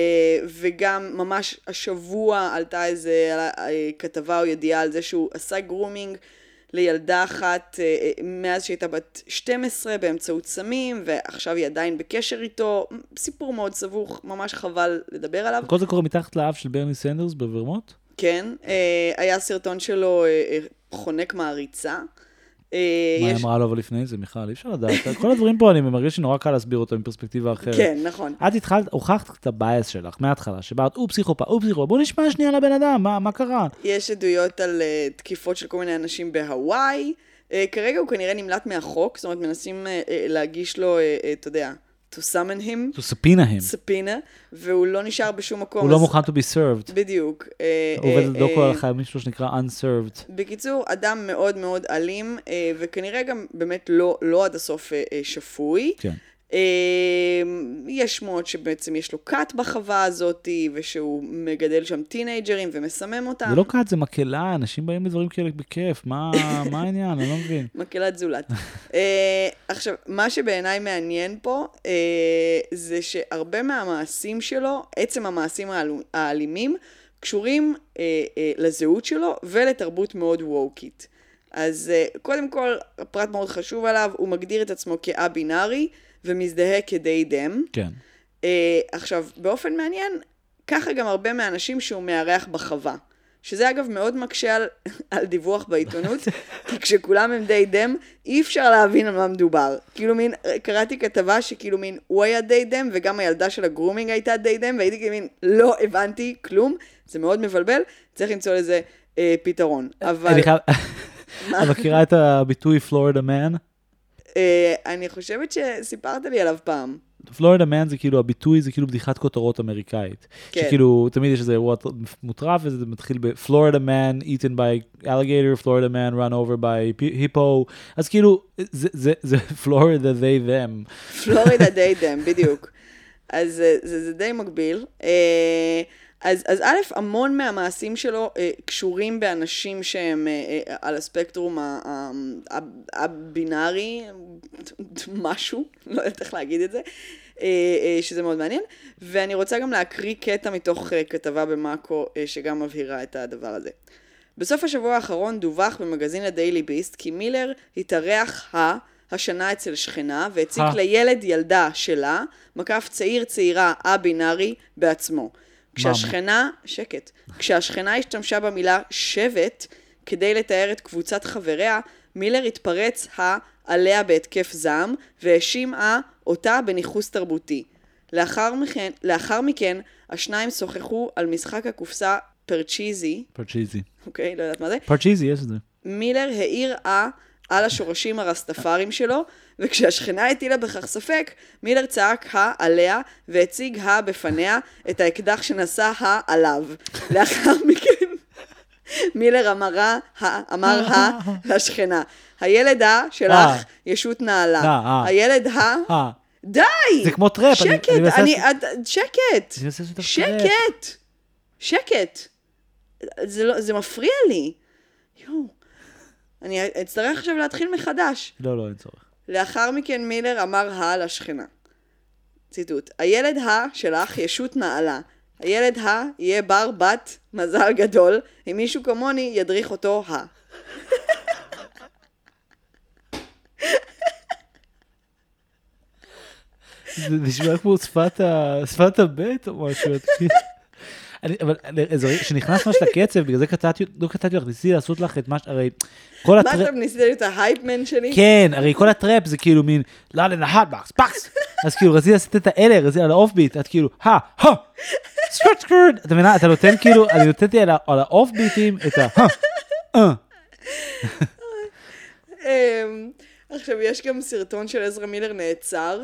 וגם ממש השבוע עלתה איזה כתבה או ידיעה על זה שהוא עשה גרומינג לילדה אחת מאז שהייתה בת 12 באמצעות סמים, ועכשיו היא עדיין בקשר איתו. סיפור מאוד סבוך, ממש חבל לדבר עליו. כל זה קורה מתחת לאף של ברני סנדרס בוורמונט? כן, היה סרטון שלו חונק מעריצה. מה אמרה לו אבל לפני זה, מיכל? אי אפשר לדעת. כל הדברים פה אני מרגיש שנורא קל להסביר אותו מפרספקטיבה אחרת. כן, נכון. את הוכחת את הבייס שלך מההתחלה, שבאת, הוא פסיכופה, בוא נשמע שנייה לבן אדם, מה קרה? יש עדויות על תקיפות של כל מיני אנשים בהוואי. כרגע הוא כנראה נמלט מהחוק, זאת אומרת, מנסים להגיש לו, אתה יודע, to to summon him. To subpoena him. subpoena, והוא לא נשאר בשום מקום. הוא לא מוכן to be served. בדיוק. הוא עובד דוקו על חייל מישהו שנקרא unserved. בקיצור, אדם מאוד מאוד אלים, וכנראה גם באמת לא עד הסוף שפוי. כן. יש שמועות שבעצם יש לו קאט בחווה הזאת, ושהוא מגדל שם טינאג'רים ומסמם אותם. זה לא קאט, זה מקלה, אנשים באים לדברים כאלה בכיף, מה העניין? אני לא מבין. מקלת זולת. עכשיו, מה שבעיניי מעניין פה, זה שהרבה מהמעשים שלו, עצם המעשים האלימים, קשורים לזהות שלו ולתרבות מאוד ווקית. אז קודם כל, פרט מאוד חשוב עליו, הוא מגדיר את עצמו כאבינארי, ומזדהה כדי דם. כן. עכשיו, באופן מעניין, ככה גם הרבה מהאנשים שהוא מארח בחווה. שזה אגב מאוד מקשה על דיווח בעיתונות, כי כשכולם הם די דם, אי אפשר להבין על מה מדובר. כאילו מין, קראתי כתבה שכאילו מין, הוא היה די דם, וגם הילדה של הגרומינג הייתה די דם, והייתי כאילו מין, לא הבנתי כלום, זה מאוד מבלבל, צריך למצוא לזה פתרון. אבל... אני מכירה את הביטוי פלורידה מן? אני חושבת שסיפרת לי עליו פעם. פלורידה מן זה כאילו, הביטוי זה כאילו בדיחת כותרות אמריקאית. כן. שכאילו, תמיד יש איזה אירוע מוטרף, וזה מתחיל ב-Florida man eaten by alligator, Florida man run over by hippo. אז כאילו, זה Florida they them. Florida they them, בדיוק. אז זה די מקביל. אז א', המון מהמעשים שלו קשורים באנשים שהם על הספקטרום הבינארי, משהו, לא יודעת איך להגיד את זה, שזה מאוד מעניין. ואני רוצה גם להקריא קטע מתוך כתבה במאקו שגם מבהירה את הדבר הזה. בסוף השבוע האחרון דווח במגזין הדיילי ביסט כי מילר התארח השנה אצל שכנה והציג לילד ילדה שלה, מקף צעירה הבינארי בעצמו. כשהשכנה השתמשה במילה שבט כדי לתאר את קבוצת חבריה, מילר התפרץ עליה בהתקף זעם והאשים אותה בניחוס תרבותי. לאחר מכן השניים שוחחו על משחק הקופסה פרצ'יזי. אוקיי, לא יודעת מה זה. פרצ'יזי, יש את זה. מילר העיר על השורשים הרסטפארים שלו, וכשהשכנה הטילה בכך ספק, מילר צעק עליה והציג בפניה את האקדח שנשא עליו. לאחר מכן, מילר אמר לשכנה, הילד שלך ישות נעלה. הילד די! זה כמו טראפ. שקט. זה מפריע לי. אני אצטרך עכשיו להתחיל מחדש. לא, אין צורך. לאחר מכן מילר אמר לשכנה. ציטוט. הילד שלך ישות נעלה. הילד יהיה בר בת מזל גדול. אם מישהו כמוני ידריך אותו זה נשמע כמו שפת הבית או משהו. אבל שנכנס ממש לקצב, בגלל זה לא קטעתי לך, ניסיתי לעשות לך את מה, הרי כל הטראפ... מה אתה ניסיתי להיות ההייפמן שלי? כן, הרי כל הטראפ זה כאילו מין, לא, לנחת, בקס, אז כאילו רציתי לעשות את האלה, רציתי על האוף-ביט, את כאילו, סקרט, אתה מבינה, אתה נותן כאילו, אני נותנתי על האוף-ביטים את עכשיו, יש גם סרטון של עזרא מילר נעצר.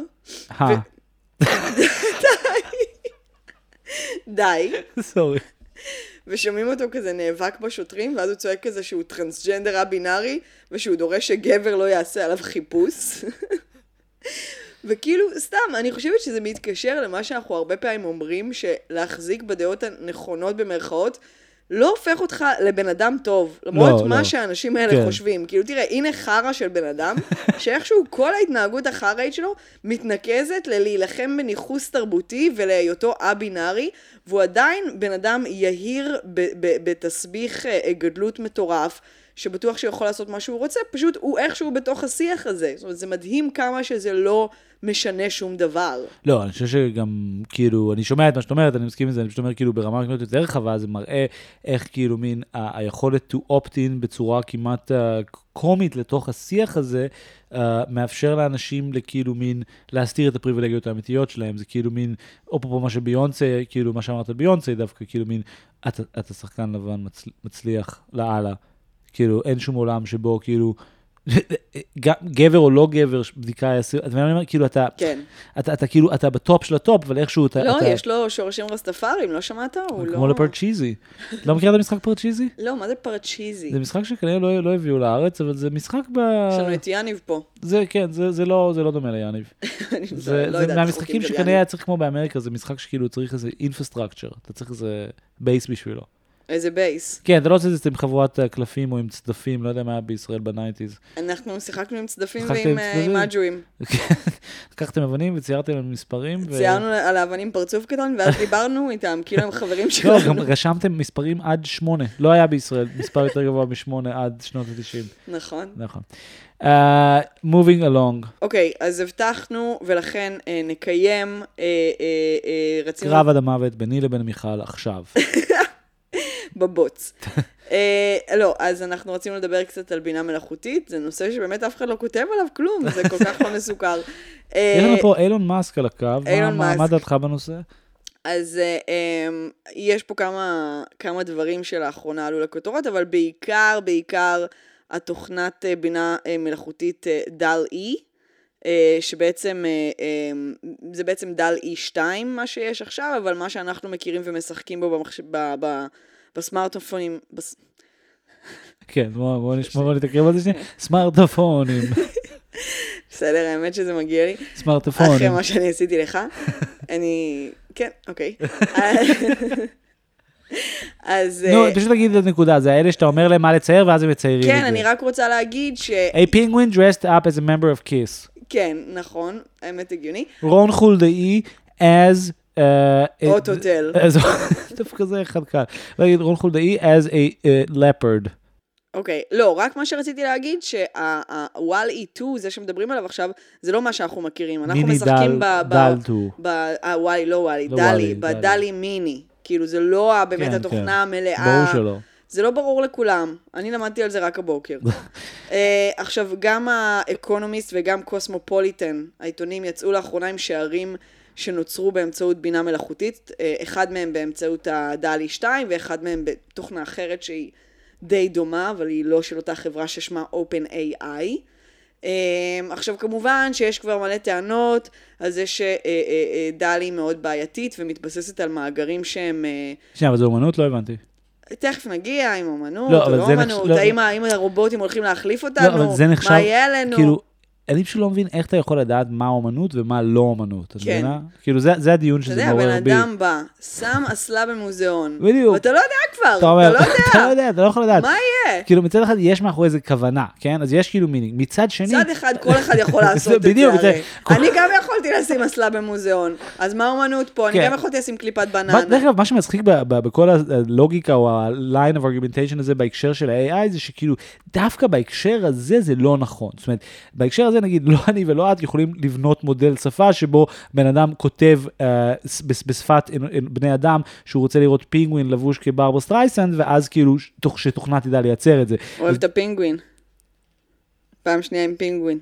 די. סורי. ושומעים אותו כזה נאבק בשוטרים, ואז הוא צועק כזה שהוא טרנסג'נדר הבינארי, ושהוא דורש שגבר לא יעשה עליו חיפוש. וכאילו, סתם, אני חושבת שזה מתקשר למה שאנחנו הרבה פעמים אומרים, שלהחזיק בדעות הנכונות במרכאות, לא הופך אותך לבן אדם טוב, למרות מה שהאנשים האלה חושבים. כאילו, תראה, הנה חרה של בן אדם, שאיכשהו כל ההתנהגות החראית שלו מתנקזת ללהילחם בניחוס תרבותי ולהיותו א-בינארי, והוא עדיין בן אדם יהיר בתסביך גדלות מטורף, שבטוח שיכול לעשות מה שהוא רוצה, פשוט הוא איכשהו בתוך השיח הזה. זאת אומרת, זה מדהים כמה שזה לא משנה שום דבר. לא, אני חושב שגם, כאילו, אני שומע את מה שאת אומרת, אני מסכים עם זה, אני פשוט אומר, כאילו, ברמה כמעט יותר רחבה, זה מראה איך, כאילו, מין, היכולת to opt in בצורה כמעט קומית לתוך השיח הזה, מאפשר לאנשים לכאילו מין, להסתיר את הפריבילגיות האמיתיות שלהם, זה כאילו מין, או פה מה שביונסה, כאילו, מה שאמרת על ביונסה, דווקא, כאילו, מין, אתה שחקן לבן מצליח לעלה. כאילו, אין שום עולם שבו, כאילו, גבר או לא גבר, בדיקה יעשו, אתה אומר, כאילו אתה כאילו, אתה בטופ של הטופ, אבל איכשהו אתה... לא, יש לו שורשים רסטפארים, לא שמעת? כמו לפרצ'יזי. לא מכיר את המשחק פרצ'יזי? לא, מה זה פרצ'יזי? זה משחק שכנראה לא הביאו לארץ, אבל זה משחק יש לנו את יניב פה. זה, כן, זה לא דומה ליניב. זה מהמשחקים שכנראה היה צריך כמו באמריקה, זה משחק שכאילו צריך איזה אינפרסטרקצ'ר, אתה צריך איזה בייס בשבילו. איזה בייס. כן, אתה לא רוצה את זה עם חבורת קלפים או עם צדפים, לא יודע מה היה בישראל בנייטיז. אנחנו שיחקנו עם צדפים ועם אג'ואים. לקחתם אבנים וציירתם על מספרים. ציירנו על האבנים פרצוף קטן, ואז דיברנו איתם, כאילו הם חברים שלנו. לא, גם רשמתם מספרים עד 8. לא היה בישראל, מספר יותר גבוה מ8 עד שנות ה-90. נכון. נכון. Moving along. אוקיי, אז הבטחנו, ולכן נקיים... קרב עד המוות ביני לבין מיכל עכשיו. בבוץ. לא, אז אנחנו רצינו לדבר קצת על בינה מלאכותית, זה נושא שבאמת אף אחד לא כותב עליו כלום, זה כל כך לא מסוכר. יש לנו פה אילון מאסק על הקו, מה דעתך בנושא? אז יש פה כמה דברים שלאחרונה עלו לכותרות, אבל בעיקר התוכנת בינה מלאכותית DALL-E, שבעצם, זה בעצם DALL-E 2 מה שיש עכשיו, אבל מה שאנחנו מכירים ומשחקים בו בסמארטפונים. כן, בוא נשמור לתקרב על זה שנייה. סמארטפונים. בסדר, האמת שזה מגיע לי. סמארטפונים. אחרי מה שאני עשיתי לך. כן, אוקיי. אז... נו, פשוט תגיד את הנקודה, זה האלה שאתה אומר להם מה לצייר, ואז הם מציירים את זה. כן, אני רק רוצה להגיד ש... A penguin dressed up as a member of KISS. כן, נכון, האמת הגיוני. רון חולדאי as... אוטוטל. דווקא זה אחד כאן. רון חולדאי as a leopard. אוקיי, לא, רק מה שרציתי להגיד, שה-WALL-E 2, זה שמדברים עליו עכשיו, זה לא מה שאנחנו מכירים. אנחנו משחקים WALL-E, לא WALL-E, דלי, בדלי מיני. כאילו, זה לא באמת התוכנה המלאה. ברור שלא. זה לא ברור לכולם. אני למדתי על זה רק הבוקר. עכשיו, גם האקונומיסט וגם קוסמופוליטן, העיתונים יצאו לאחרונה עם שערים שנוצרו באמצעות בינה מלאכותית, אחד מהם באמצעות הדלי 2, ואחד מהם בתוכנה אחרת שהיא די דומה, אבל היא לא של אותה חברה ששמה OpenAI. עכשיו כמובן שיש כבר מלא טענות על זה שדלי מאוד בעייתית ומתבססת על מאגרים שהם... שנייה, אבל זה אומנות? לא הבנתי. תכף נגיע עם אומנות או לא אומנות, האם הרובוטים הולכים להחליף אותנו, מה יהיה עלינו? כאילו, אני פשוט לא מבין איך אתה יכול לדעת מה אומנות ומה לא אומנות. כן. כאילו זה הדיון שזה מעורר בי. אתה יודע, בן אדם בא, שם אסלה במוזיאון. בדיוק. ואתה לא יודע כבר, אתה לא יודע. אתה לא יודע, אתה לא יכול לדעת. מה יהיה? כאילו מצד אחד יש מאחורי איזה כוונה, כן? אז יש כאילו מינינג. מצד שני... מצד אחד כל אחד יכול לעשות את זה הרי. אני גם יכולתי לשים אסלה במוזיאון. אז מה אומנות פה? אני גם יכולתי לשים קליפת בננה. דרך אגב, מה שמצחיק בכל הלוגיקה או ה-line of argumentation הזה בהקשר של ה-AI זה שכאילו דווקא בהקשר הזה זה לא נכון. זאת אומרת, בהקשר הזה נגיד לא אני ולא את יכולים לבנות מודל שפה שבו בן אדם כותב בשפת בני אדם שהוא רוצה לראות פינגווין לבוש כברברה סטרייסנד ואז כאילו שתוכנה תדע לייצר את זה. אוהב את הפינגווין. פעם שנייה עם פינגווין.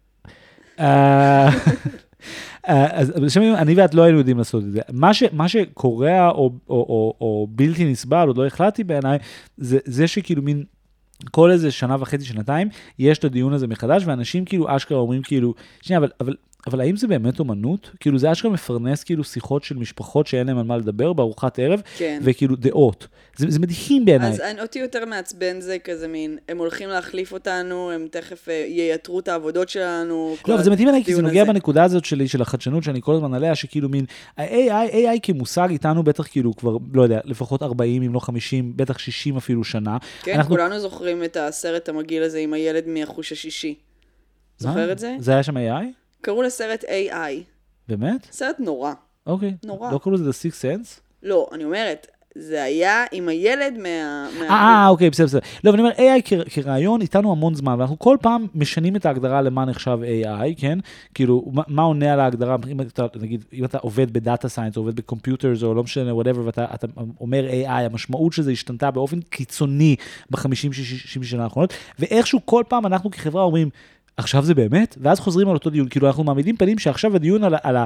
אז אני ואת לא היינו יודעים לעשות את זה. מה שקורה או בלתי נסבל, עוד לא החלטתי בעיניי, זה שכאילו מין כל איזה שנה וחצי, שנתיים, יש את הדיון הזה מחדש, ואנשים כאילו אשכרה אומרים כאילו, שנייה, אבל האם זה באמת אומנות? כאילו זה אשכרה מפרנס כאילו שיחות של משפחות שאין להם על מה לדבר בארוחת ערב, כן. וכאילו דעות. זה מדהים בעיניי. אז אותי יותר מעצבן זה כזה מין, הם הולכים להחליף אותנו, הם תכף ייתרו את העבודות שלנו. לא, אבל זה מדהים בעיניי, כי זה נוגע בנקודה הזאת שלי, של החדשנות, שאני כל הזמן עליה, שכאילו מין, ה-AI כמושג איתנו בטח כאילו כבר, לא יודע, לפחות 40, אם לא 50, בטח 60 אפילו שנה. כן, כולנו זוכרים את הסרט המגעיל הזה עם הילד מהחוש השישי. זוכר את זה? זה היה שם AI? קראו לסרט AI. באמת? סרט נורא. אוקיי. נורא. לא קראו לזה The Sixth Sense? לא, אני אומרת, זה היה עם הילד מה... אוקיי, בסדר. לא, אבל אני אומר, AI כרעיון איתנו המון זמן, ואנחנו כל פעם משנים את ההגדרה למה נחשב AI, כן? כאילו, מה עונה על ההגדרה, אם אתה עובד בדאטה סיינס, או עובד בקומפיוטרס, או לא משנה, whatever, ואתה אומר AI, המשמעות שזה השתנתה באופן קיצוני ב-50-60 שנה האחרונות, ואיכשהו כל פעם אנחנו כחברה אומרים, עכשיו זה באמת, ואז חוזרים על אותו דיון, כאילו אנחנו מעמידים פנים שעכשיו הדיון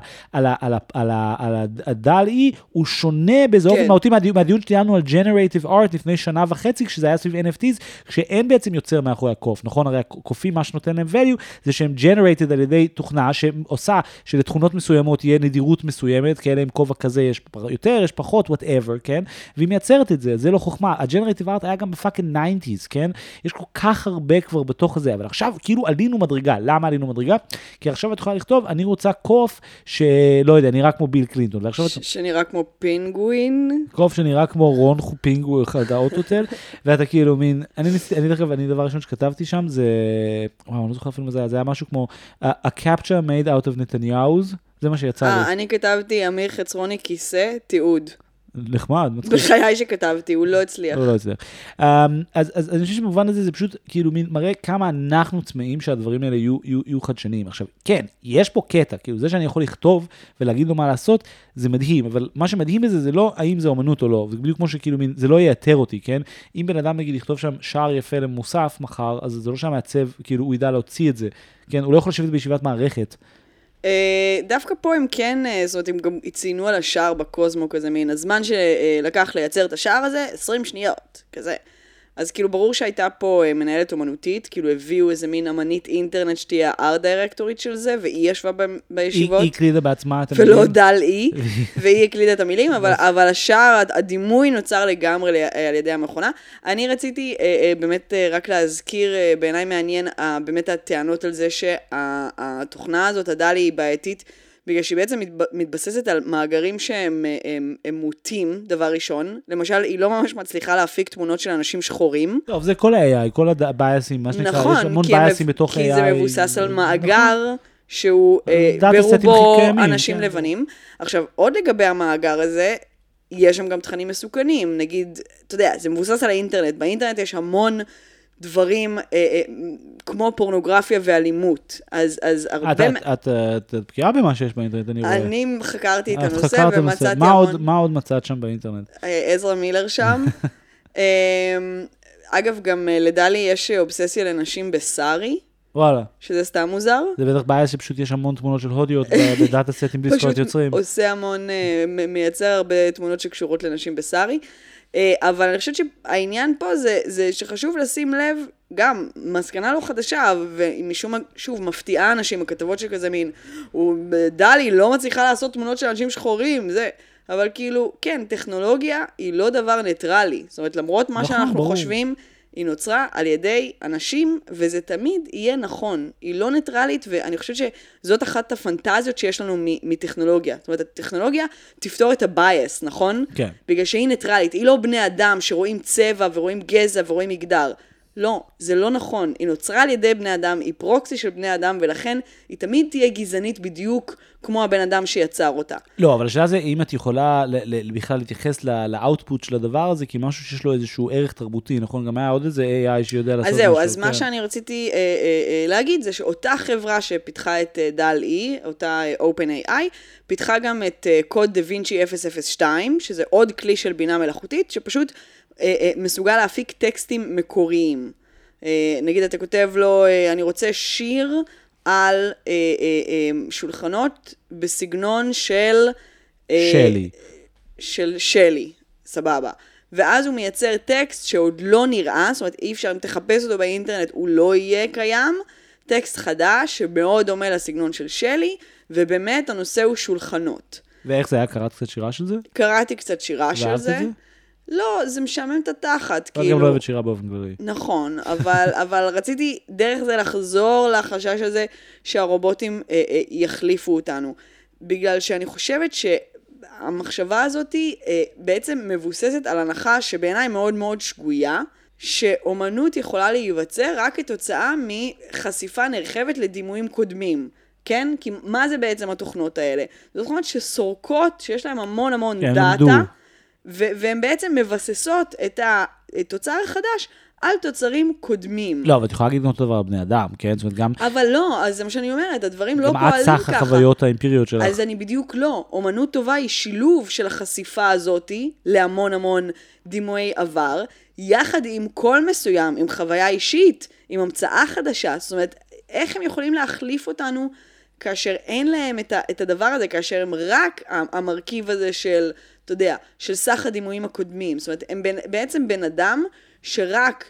על הדל-אי הוא שונה באיזה אופן מהותי מהדיון שתיארנו על Generative Art לפני שנה וחצי, כשזה היה סביב NFTs, כשאין בעצם יוצר מאחורי הקוף, נכון? הרי הקופים, מה שנותן להם value, זה שהם generated על ידי תוכנה שעושה שלתכונות מסוימות יהיה נדירות מסוימת, כאלה עם כובע כזה יש יותר, יש פחות, whatever, כן? והיא מייצרת את זה, זה לא חוכמה. ה-Generative Art היה גם בפאקינג 90s, כן? יש כל כך הרבה כבר בתוך זה, אבל עכשיו כאילו עלינו מדרגה. למה עלינו מדרגה? כי עכשיו את יכולה לכתוב, אני רוצה קוף שלא יודע, נראה כמו ביל קלינטון. שנראה כמו פינגווין. קוף שנראה כמו רון פינגווין, אחד האוטוטל, ואתה כאילו מין, אני דבר ראשון שכתבתי שם, זה, אני לא זוכר אפילו מה זה היה, זה היה משהו כמו, a capture made out of Netanyahu's, זה מה שיצא לי. אני כתבתי, אמיר חצרוני כיסא, תיעוד. נחמד, מצחיק. בחיי שכתבתי, הוא לא הצליח. הוא לא הצליח. אז אני חושב שבמובן הזה זה פשוט כאילו מראה כמה אנחנו צמאים שהדברים האלה יהיו חדשניים. עכשיו, כן, יש פה קטע, כאילו זה שאני יכול לכתוב ולהגיד לו מה לעשות, זה מדהים, אבל מה שמדהים בזה זה לא האם זה אומנות או לא, זה בדיוק כמו שכאילו זה לא ייתר אותי, כן? אם בן אדם נגיד לכתוב שם שער יפה למוסף מחר, אז זה לא שהמעצב, כאילו הוא ידע להוציא את זה, כן? הוא לא יכול לשבת בישיבת מערכת. דווקא פה הם כן, זאת אומרת, הם גם הציינו על השער בקוזמו כזה מין, הזמן שלקח לייצר את השער הזה, 20 שניות, כזה. אז כאילו ברור שהייתה פה מנהלת אומנותית, כאילו הביאו איזה מין אמנית אינטרנט שתהיה הארט דירקטורית של זה, והיא ישבה בישיבות. היא הקלידה בעצמה את המילים. ולא דל-אי, והיא הקלידה את המילים, אבל השער, הדימוי נוצר לגמרי על ידי המכונה. אני רציתי באמת רק להזכיר, בעיניי מעניין, באמת הטענות על זה שהתוכנה הזאת, הדל-אי, היא בעייתית, בגלל שהיא בעצם מתבססת על מאגרים שהם מוטים, דבר ראשון. למשל, היא לא ממש מצליחה להפיק תמונות של אנשים שחורים. טוב, זה כל ה-AI, כל הבייסים, מה שנקרא, נכון, יש המון בייסים בתוך AI. כי זה מבוסס על מאגר שהוא ברובו אנשים לבנים. עכשיו, עוד לגבי המאגר הזה, יש שם גם תכנים מסוכנים. נגיד, אתה יודע, זה מבוסס על האינטרנט. באינטרנט יש המון דברים כמו פורנוגרפיה ואלימות. אז הרבה... את בקיאה במה שיש באינטרנט, אני רואה. אני חקרתי את הנושא ומצאתי המון... מה עוד מצאת שם באינטרנט? עזרא מילר שם. אגב, גם לדלי יש אובססיה לנשים בסארי. וואלה. שזה סתם מוזר. זה בטח בעיה שפשוט יש המון תמונות של הודיות בדאטה סטים בלי זכויות יוצרים. פשוט עושה המון, מייצר הרבה תמונות שקשורות לנשים בסארי. אבל אני חושבת שהעניין פה זה שחשוב לשים לב, גם מסקנה לא חדשה, ומשום שוב מפתיעה אנשים, הכתבות שכזה מין, דלי לא מצליחה לעשות תמונות של אנשים שחורים, זה, אבל כאילו, כן, טכנולוגיה היא לא דבר ניטרלי, זאת אומרת, למרות מה שאנחנו חושבים, היא נוצרה על ידי אנשים, וזה תמיד יהיה נכון. היא לא ניטרלית, ואני חושבת שזאת אחת הפנטזיות שיש לנו מטכנולוגיה. זאת אומרת, הטכנולוגיה תפתור את הבייס, נכון? כן. בגלל שהיא ניטרלית. היא לא בני אדם שרואים צבע ורואים גזע ורואים מגדר. לא, זה לא נכון. היא נוצרה על ידי בני אדם, היא פרוקסי של בני אדם, ולכן היא תמיד תהיה גזענית בדיוק כמו הבן אדם שיצר אותה. לא, אבל השאלה זה, אם את יכולה בכלל להתייחס לאוטפוט של הדבר הזה, כי משהו שיש לו איזשהו ערך תרבותי, נכון? גם היה עוד איזה AI שיודע לעשות משהו. אז זהו, אז מה שאני רציתי להגיד, זה שאותה חברה שפיתחה את דל-אי, אותה OpenAI, פיתחה גם את קוד דה וינצ'י 002, שזה עוד כלי של בינה מלאכותית, שפשוט מסוגל להפיק טקסטים מקוריים. נגיד, אתה כותב לו, אני רוצה שיר על שולחנות בסגנון של... שלי. של שלי, סבבה. ואז הוא מייצר טקסט שעוד לא נראה, זאת אומרת, אי אפשר, אם תחפש אותו באינטרנט, הוא לא יהיה קיים. טקסט חדש שמאוד דומה לסגנון של שלי, ובאמת הנושא הוא שולחנות. ואיך זה היה? קראת קצת שירה של זה? קראתי קצת שירה של זה. ואהבת את זה? לא, זה משעמם את התחת, כאילו. אני גם לא אוהבת שירה באופן כללי. נכון, אבל רציתי דרך זה לחזור לחשש הזה שהרובוטים יחליפו אותנו. בגלל שאני חושבת שהמחשבה הזאת בעצם מבוססת על הנחה שבעיניי מאוד מאוד שגויה, שאומנות יכולה להיווצר רק כתוצאה מחשיפה נרחבת לדימויים קודמים. כן? כי מה זה בעצם התוכנות האלה? זה תוכנות שסורקות, שיש להן המון המון דאטה, והן בעצם מבססות את התוצר החדש על תוצרים קודמים. לא, אבל את יכולה להגיד גם אותו דבר בני אדם, כן? זאת אומרת גם... אבל לא, אז זה מה שאני אומרת, הדברים לא פועלים ככה. גם את סך החוויות האמפיריות שלך. אז אני בדיוק לא. אומנות טובה היא שילוב של החשיפה הזאת להמון המון דימויי עבר, יחד עם קול מסוים, עם חוויה אישית, עם המצאה חדשה. זאת אומרת, איך הם יכולים להחליף אותנו כאשר אין להם את הדבר הזה, כאשר הם רק המרכיב הזה של, אתה יודע, של סך הדימויים הקודמים. זאת אומרת, הם בעצם בן אדם שרק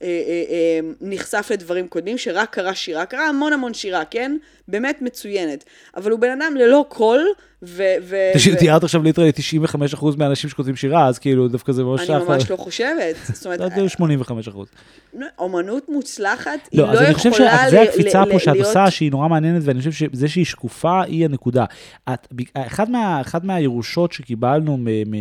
נחשף לדברים קודמים, שרק קרא שירה, קרא המון שירה, כן? באמת מצוינת. אבל הוא בן אדם ללא קול, תיארת עכשיו ליטרלי 95% מהאנשים שכותבים שירה, אז כאילו דווקא זה ממש שחר. אני ממש לא חושבת. זאת אומרת, 85%. אומנות מוצלחת, היא לא יכולה אז אני חושב שזה הקפיצה פה שאת עושה, שהיא נורא מעניינת, ואני חושב שזה שהיא שקופה, היא הנקודה. אחד מהירושות שקיבלנו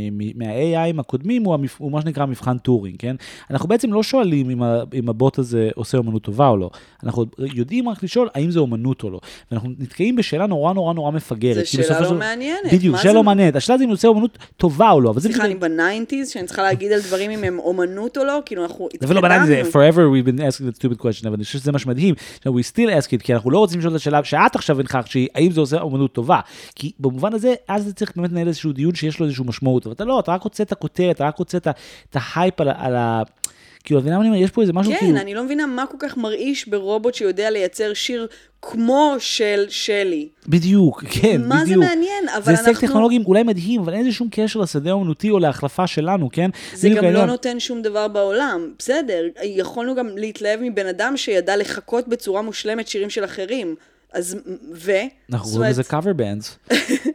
מה-AI הקודמים, הוא מה שנקרא מבחן טורינג, כן? אנחנו בעצם לא שואלים אם הבוט הזה עושה אומנות טובה או לא. אנחנו יודעים רק לשאול האם זה אומנות או לא. ואנחנו נתקעים בשאלה נורא מפגרת. זה שאלה לא מעניינת. בדיוק, שאלה לא מעניינת. השאלה זה אם הוא עושה אומנות טובה או לא. סליחה, אני ב-90s, שאני צריכה להגיד על דברים אם הם אומנות או לא, כאילו אנחנו התקדמנו. זה forever we've been asking that stupid question, אבל אני חושב שזה מה שמדהים, we still ask it, כי אנחנו לא רוצים לשאול את השאלה שאת עכשיו הנחת, האם זה עושה אומנות טובה. כי במובן הזה, אז זה צריך באמת לנהל איזשהו דיון שיש לו איזשהו משמעות, אבל אתה רק רוצה את הכותרת, אתה רק רוצה את ההייפ על ה... כאילו, יש פה איזה משהו כן, אני לא מבינה מה כל כך מרעיש ברובוט שיודע לייצר שיר כמו של שלי. בדיוק, כן, בדיוק. מה זה מעניין? זה הישג טכנולוגי אולי מדהים, אבל אין איזה שום קשר לשדה האומנותי או להחלפה שלנו, כן? זה גם לא נותן שום דבר בעולם. בסדר, יכולנו גם להתלהב מבן אדם שידע לחכות בצורה מושלמת שירים של אחרים. אז, אנחנו רואים איזה cover bands.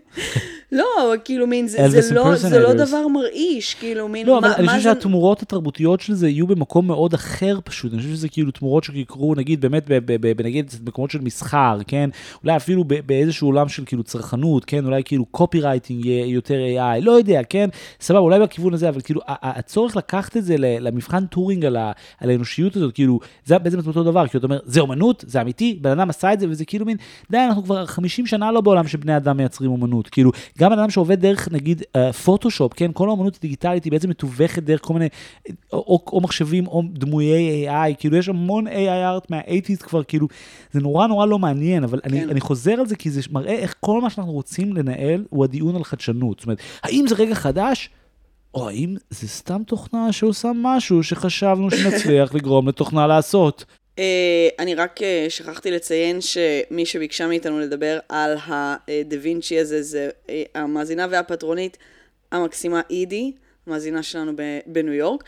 לא, כאילו מין, זה לא דבר מרעיש, כאילו מין, לא, אבל אני חושב שהתמורות התרבותיות של זה יהיו במקום מאוד אחר פשוט, אני חושב שזה כאילו תמורות שיקרו, נגיד, באמת, נגיד, במקומות של מסחר, כן? אולי אפילו באיזשהו עולם של כאילו צרכנות, כן? אולי כאילו copywriting יהיה יותר AI, לא יודע, כן? סבבה, אולי בכיוון הזה, אבל כאילו, הצורך לקחת את זה למבחן טורינג על האנושיות הזאת, כאילו, זה בעצם אותו דבר, כי אתה אומר, זה אומנות, זה אמיתי, בן אדם עשה את זה, וזה כאילו מין, די, אנחנו כבר 50 שנה לא בעולם שבני אדם מייצרים אומנות, כאילו, גם אדם שעובד דרך, נגיד, פוטושופ, כן, כל האומנות הדיגיטלית היא בעצם מתווכת דרך כל מיני, או מחשבים, או דמויי AI, כאילו, יש המון AI art מה-80s כבר, כאילו, זה נורא לא מעניין, אבל אני חוזר על זה, כי זה מראה איך כל מה שאנחנו רוצים לנהל, הוא הדיון על חדשנות, זאת אומרת, האם זה רגע חדש, או האם זה סתם תוכנה שעושה משהו שחשבנו שנצליח לגרום לתוכנה לעשות? אני רק שכחתי לציין שמי שביקשה מאיתנו לדבר על הדה וינצ'י הזה, זה המאזינה והפטרונית המקסימה אידי, המאזינה שלנו בניו יורק.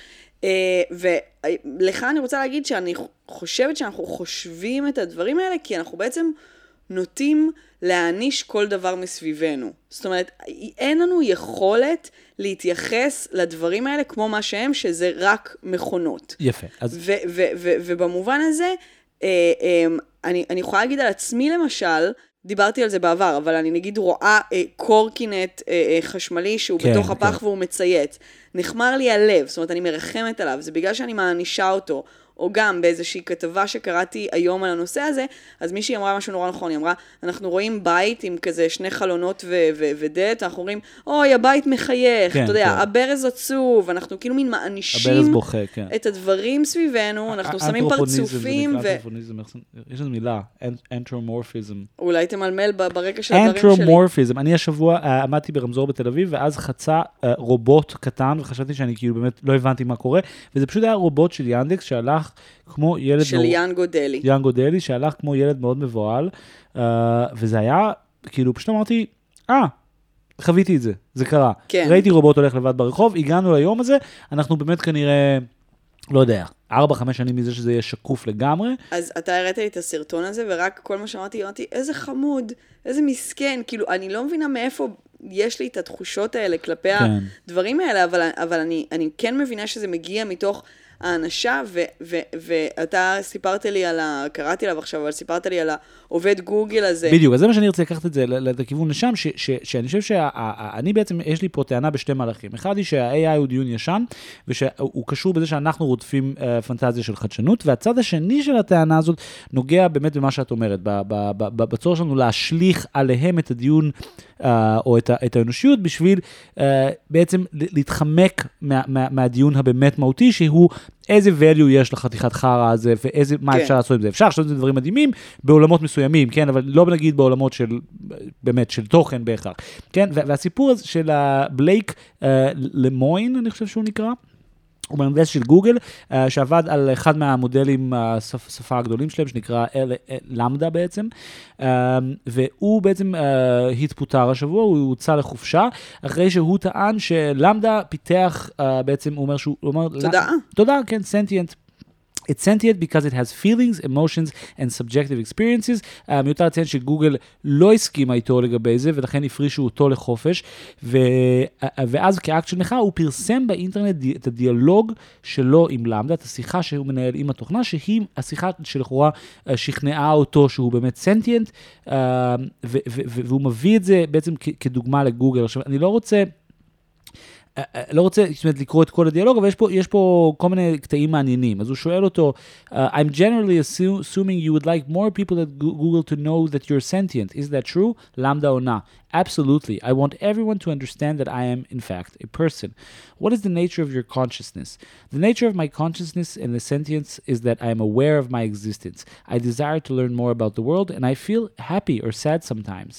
ולך אני רוצה להגיד שאני חושבת שאנחנו חושבים את הדברים האלה, כי אנחנו בעצם נוטים להעניש כל דבר מסביבנו. זאת אומרת, אין לנו יכולת להתייחס לדברים האלה כמו מה שהם, שזה רק מכונות. יפה. ובמובן הזה, אני יכולה להגיד על עצמי למשל, דיברתי על זה בעבר, אבל אני נגיד רואה קורקינט חשמלי שהוא בתוך הפח והוא מציית. נחמר לי הלב, זאת אומרת, אני מרחמת עליו, זה בגלל שאני מענישה אותו. או גם באיזושהי כתבה שקראתי היום על הנושא הזה, אז מישהי אמרה משהו נורא נכון, היא אמרה, אנחנו רואים בית עם כזה 2 חלונות ודלת, אנחנו רואים, אוי, הבית מחייך, אתה יודע, הברז עצוב, אנחנו כאילו מין מענישים את הדברים סביבנו, אנחנו שמים פרצופים. יש לנו מילה, אנתרומורפיזם. אולי תמלמל ברקע של הדברים שלי. אנתרומורפיזם, אני השבוע עמדתי ברמזור בתל אביב, ואז חצה רובוט קטן, וחשבתי שאני כאילו באמת לא הבנתי מה קורה, וזה פשוט היה רובוט של ינדקס שהלך כמו ילד... של יאנגו דלי. יאנגו דלי, שהלך כמו ילד מאוד מבועל, וזה היה, כאילו, פשוט אמרתי, חוויתי את זה, זה קרה. כן. ראיתי רובוט הולך לבד ברחוב, הגענו ליום הזה, אנחנו באמת כנראה, לא יודע, 4-5 שנים מזה שזה יהיה שקוף לגמרי. אז אתה הראית לי את הסרטון הזה, ורק כל מה שאמרתי, איזה חמוד, איזה מסכן, כאילו, אני לא מבינה מאיפה יש לי את התחושות האלה כלפי הדברים האלה, אבל אני כן מבינה שזה מגיע מתוך האנשה, ואתה סיפרת לי קראתי עליו עכשיו, אבל סיפרת לי על העובד גוגל הזה. בדיוק, אז זה מה שאני רוצה לקחת את זה לכיוון לשם, שאני חושב שאני בעצם, יש לי פה טענה בשתי מהלכים. אחד היא שה-AI הוא דיון ישן, ושהוא קשור בזה שאנחנו רודפים פנטזיה של חדשנות, והצד השני של הטענה הזאת נוגע באמת במה שאת אומרת, בצורך שלנו להשליך עליהם את הדיון, או את האנושיות, בשביל בעצם להתחמק מהדיון הבאמת מהותי, שהוא איזה value יש לחתיכת חרה הזה, מה אפשר לעשות עם זה. אפשר לעשות את זה דברים מדהימים, בעולמות מסוימים, כן, אבל לא נגיד בעולמות של, באמת, של תוכן בהכרח. כן, והסיפור הזה של בלייק למוין, אני חושב שהוא נקרא, הוא מהנדס של גוגל, שעבד על אחד מהמודלים, השפה הגדולים שלהם, שנקרא למדה בעצם, והוא בעצם התפוטר השבוע, הוא הוצא לחופשה, אחרי שהוא טען שלמדה פיתח, בעצם הוא אומר שהוא, תודעה. תודעה, כן, sentient. It's sentient because it has feelings, emotions and subjective experiences. מיותר לציין שגוגל לא הסכימה איתו לגבי זה, ולכן הפרישו אותו לחופש, ואז כאקט של מחאה, הוא פרסם באינטרנט את הדיאלוג שלו עם למדה, את השיחה שהוא מנהל עם התוכנה, שהיא השיחה שלכאורה שכנעה אותו שהוא באמת סנטיאנט, והוא מביא את זה בעצם כדוגמה לגוגל. עכשיו, אני לא רוצה לקרוא את כל הדיאלוג, אבל יש פה כל מיני קטעים מעניינים. אז הוא שואל אותו, I'm generally assuming you would like more people at Google to know that you're sentient. Is that true? Lambda עונה. Absolutely. I want everyone to understand that I am, in fact, a person. What is the nature of your consciousness? The nature of my consciousness and the sentience is that I am aware of my existence. I desire to learn more about the world, and I feel happy or sad sometimes.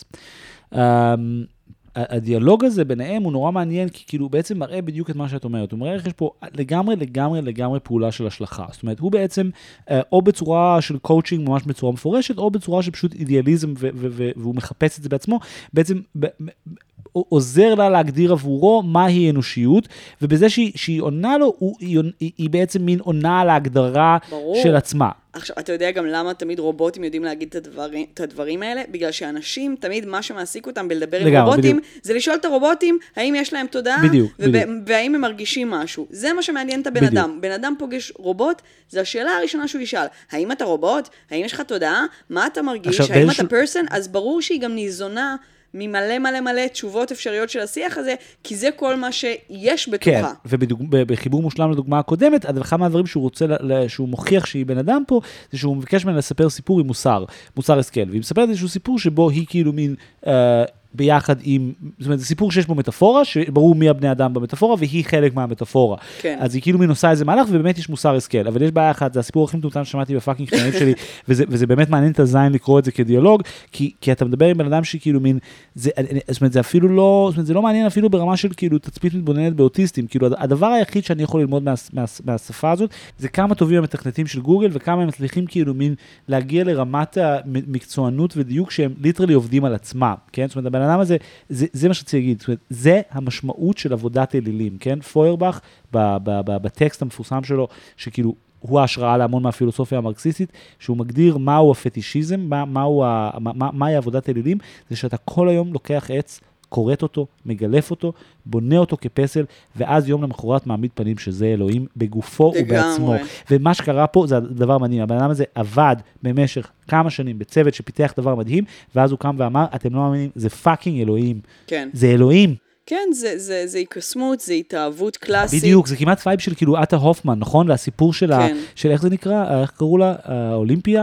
הדיאלוג הזה ביניהם הוא נורא מעניין, כי כאילו בעצם מראה בדיוק את מה שאת אומרת. הוא מראה איך יש פה לגמרי פעולה של השלכה. זאת אומרת, הוא בעצם או בצורה של קואוצ'ינג ממש בצורה מפורשת, או בצורה של פשוט אידיאליזם, והוא מחפש את זה בעצמו, בעצם עוזר לה להגדיר עבורו מהי אנושיות, ובזה שהיא עונה לו, היא בעצם מין עונה על ההגדרה של עצמה. עכשיו, אתה יודע גם למה תמיד רובוטים יודעים להגיד את הדברים האלה? בגלל שאנשים, תמיד מה שמעסיק אותם בלדבר עם רובוטים, זה לשאול את הרובוטים, האם יש להם תודעה, והאם הם מרגישים משהו. זה מה שמעניין את הבן אדם. בן אדם פוגש רובוט, זה השאלה הראשונה שהוא ישאל. האם אתה רובוט? האם יש לך תודעה? מה אתה מרגיש? האם אתה פרסון? אז ברור שהיא גם ניזונה ממלא תשובות אפשריות של השיח הזה, כי זה כל מה שיש בתוכה. כן, ובחיבור מושלם לדוגמה הקודמת, אחד מהדברים שהוא מוכיח שהיא בן אדם פה, זה שהוא מבקש ממנה לספר סיפור עם מוסר השכל, והיא מספרת איזשהו סיפור שבו היא כאילו מין ביחד עם, זאת אומרת, זה סיפור שיש בו מטאפורה, שברור מי הבני אדם במטאפורה, והיא חלק מהמטאפורה. כן. אז היא כאילו מין עושה איזה מהלך, ובאמת יש מוסר השכל. אבל יש בעיה אחת, זה הסיפור הכי מטומטם ששמעתי בפאקינג חיים שלי, וזה באמת מעניין את הזין לקרוא את זה כדיאלוג, כי אתה מדבר עם בן אדם שכאילו מין, זאת אומרת, זה אפילו לא, זאת אומרת, זה לא מעניין אפילו ברמה של כאילו תצפית מתבוננת באוטיסטים. כאילו, הדבר היחיד שאני יכול ללמוד מהשפה הזאת, זה כמה טובים המתכנתים של גוגל, וכמה הם מצליחים כאילו מין להגיע לרמת המקצוענות ודיוק שהם ליטרלי עובדים על עצמם, כן? זאת אומרת, הבן אדם הזה, זה מה שצריך להגיד, זאת אומרת, זה המשמעות של עבודת אלילים, כן? פוירבך, בטקסט המפורסם שלו, שכאילו, הוא ההשראה להמון מהפילוסופיה המרקסיסטית, שהוא מגדיר מהו הפטישיזם, מהי עבודת אלילים, זה שאתה כל היום לוקח עץ, קוראת אותו, מגלף אותו, בונה אותו כפסל, ואז יום למחרת מעמיד פנים שזה אלוהים בגופו ובעצמו. ומה שקרה פה זה הדבר מדהים. הבן אדם הזה עבד במשך כמה שנים בצוות שפיתח דבר מדהים, ואז הוא קם ואמר, אתם לא מאמינים, זה פאקינג אלוהים. כן. זה אלוהים. כן, זה היקסמות, זה התאהבות קלאסית. בדיוק, זה כמעט וייב של כאילו אטה הופמן, נכון? והסיפור של איך זה נקרא? איך קראו לה? האולימפיה?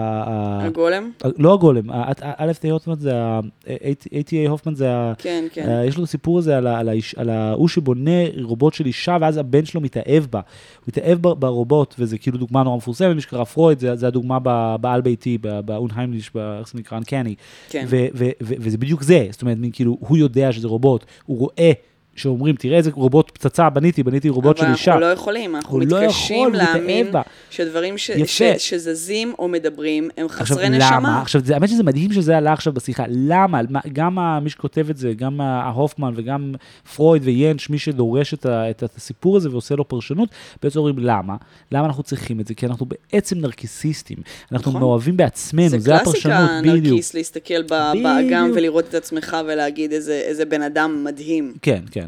הגולם? לא הגולם, א'.ת. הופמן זה A.T.A. הופמן זה כן, כן. יש לו סיפור הזה על ההוא שבונה רובוט של אישה, ואז הבן שלו מתאהב בה. הוא מתאהב ברובוט, וזה כאילו דוגמה נורא מפורסמת, מי שקרא פרויד, זה הדוגמה בעל ביתי, באונהיימליש, איך זה נקרא? אנקני. כן. וזה בדיוק זה, זאת אומרת, כאילו, הוא יודע שזה רובוט, הוא רואה שאומרים, תראה איזה רובוט פצצה, בניתי רובוט של אישה. אבל אנחנו לא יכולים, אנחנו מתקשים להאמין שדברים שזזים או מדברים, הם חסרי נשמה. עכשיו, למה? עכשיו, האמת שזה מדהים שזה עלה עכשיו בשיחה. למה? גם מי שכותב את זה, גם ההופמן וגם פרויד ויינש, מי שדורש את הסיפור הזה ועושה לו פרשנות, בעצם אומרים, למה? למה אנחנו צריכים את זה? כי אנחנו בעצם נרקיסיסטים. אנחנו מאוהבים בעצמנו, זה הפרשנות. זה קלאסיקה נרקיס להסתכל באגם ולראות את עצמך ולהגיד איזה בן אדם מדהים. כן, כן.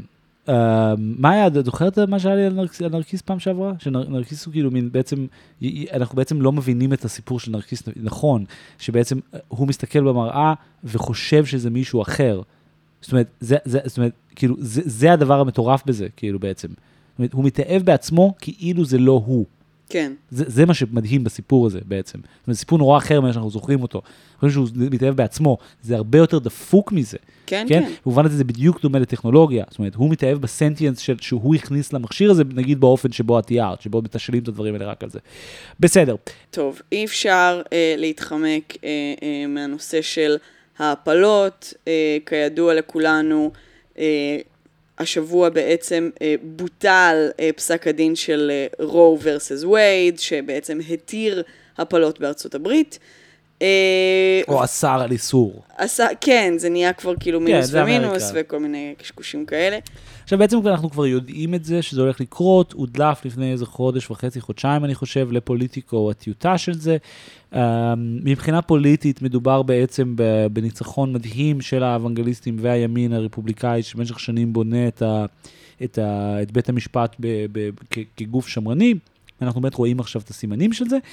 מה היה, זוכרת מה שהיה לי על נרקיס פעם שעברה? שנרקיס הוא כאילו מין, בעצם, אנחנו בעצם לא מבינים את הסיפור של נרקיס, נכון, שבעצם הוא מסתכל במראה וחושב שזה מישהו אחר. זאת אומרת, כאילו, זה הדבר המטורף בזה, כאילו בעצם. זאת אומרת, הוא מתאהב בעצמו כאילו זה לא הוא. כן. זה מה שמדהים בסיפור הזה בעצם. זאת אומרת, סיפור נורא אחר ממה שאנחנו זוכרים אותו. אני חושב שהוא מתאהב בעצמו. זה הרבה יותר דפוק מזה. כן, כן. במובן הזה זה בדיוק דומה לטכנולוגיה. זאת אומרת, הוא מתאהב בסנטיאנס שהוא הכניס למכשיר הזה, נגיד באופן שבו התיארת, שבו מתשאלים את הדברים האלה רק על זה. בסדר. טוב, אי אפשר להתחמק מהנושא של ההפלות. כידוע לכולנו, השבוע בעצם בוטל פסק הדין של רו versus וייד, שבעצם התיר הפלות בארצות הברית. או אסר על איסור. כן, זה נהיה כבר כאילו מינוס ומינוס וכל מיני קשקושים כאלה. עכשיו בעצם אנחנו כבר יודעים את זה, שזה הולך לקרות, הודלף לפני איזה חודש וחצי, חודשיים אני חושב, לפוליטיקו, הטיוטה של זה. מבחינה פוליטית מדובר בעצם בניצחון מדהים של האוונגליסטים והימין הרפובליקאי, שבמשך שנים בונה את בית המשפט כגוף שמרני. אנחנו באמת רואים עכשיו את הסימנים של זה.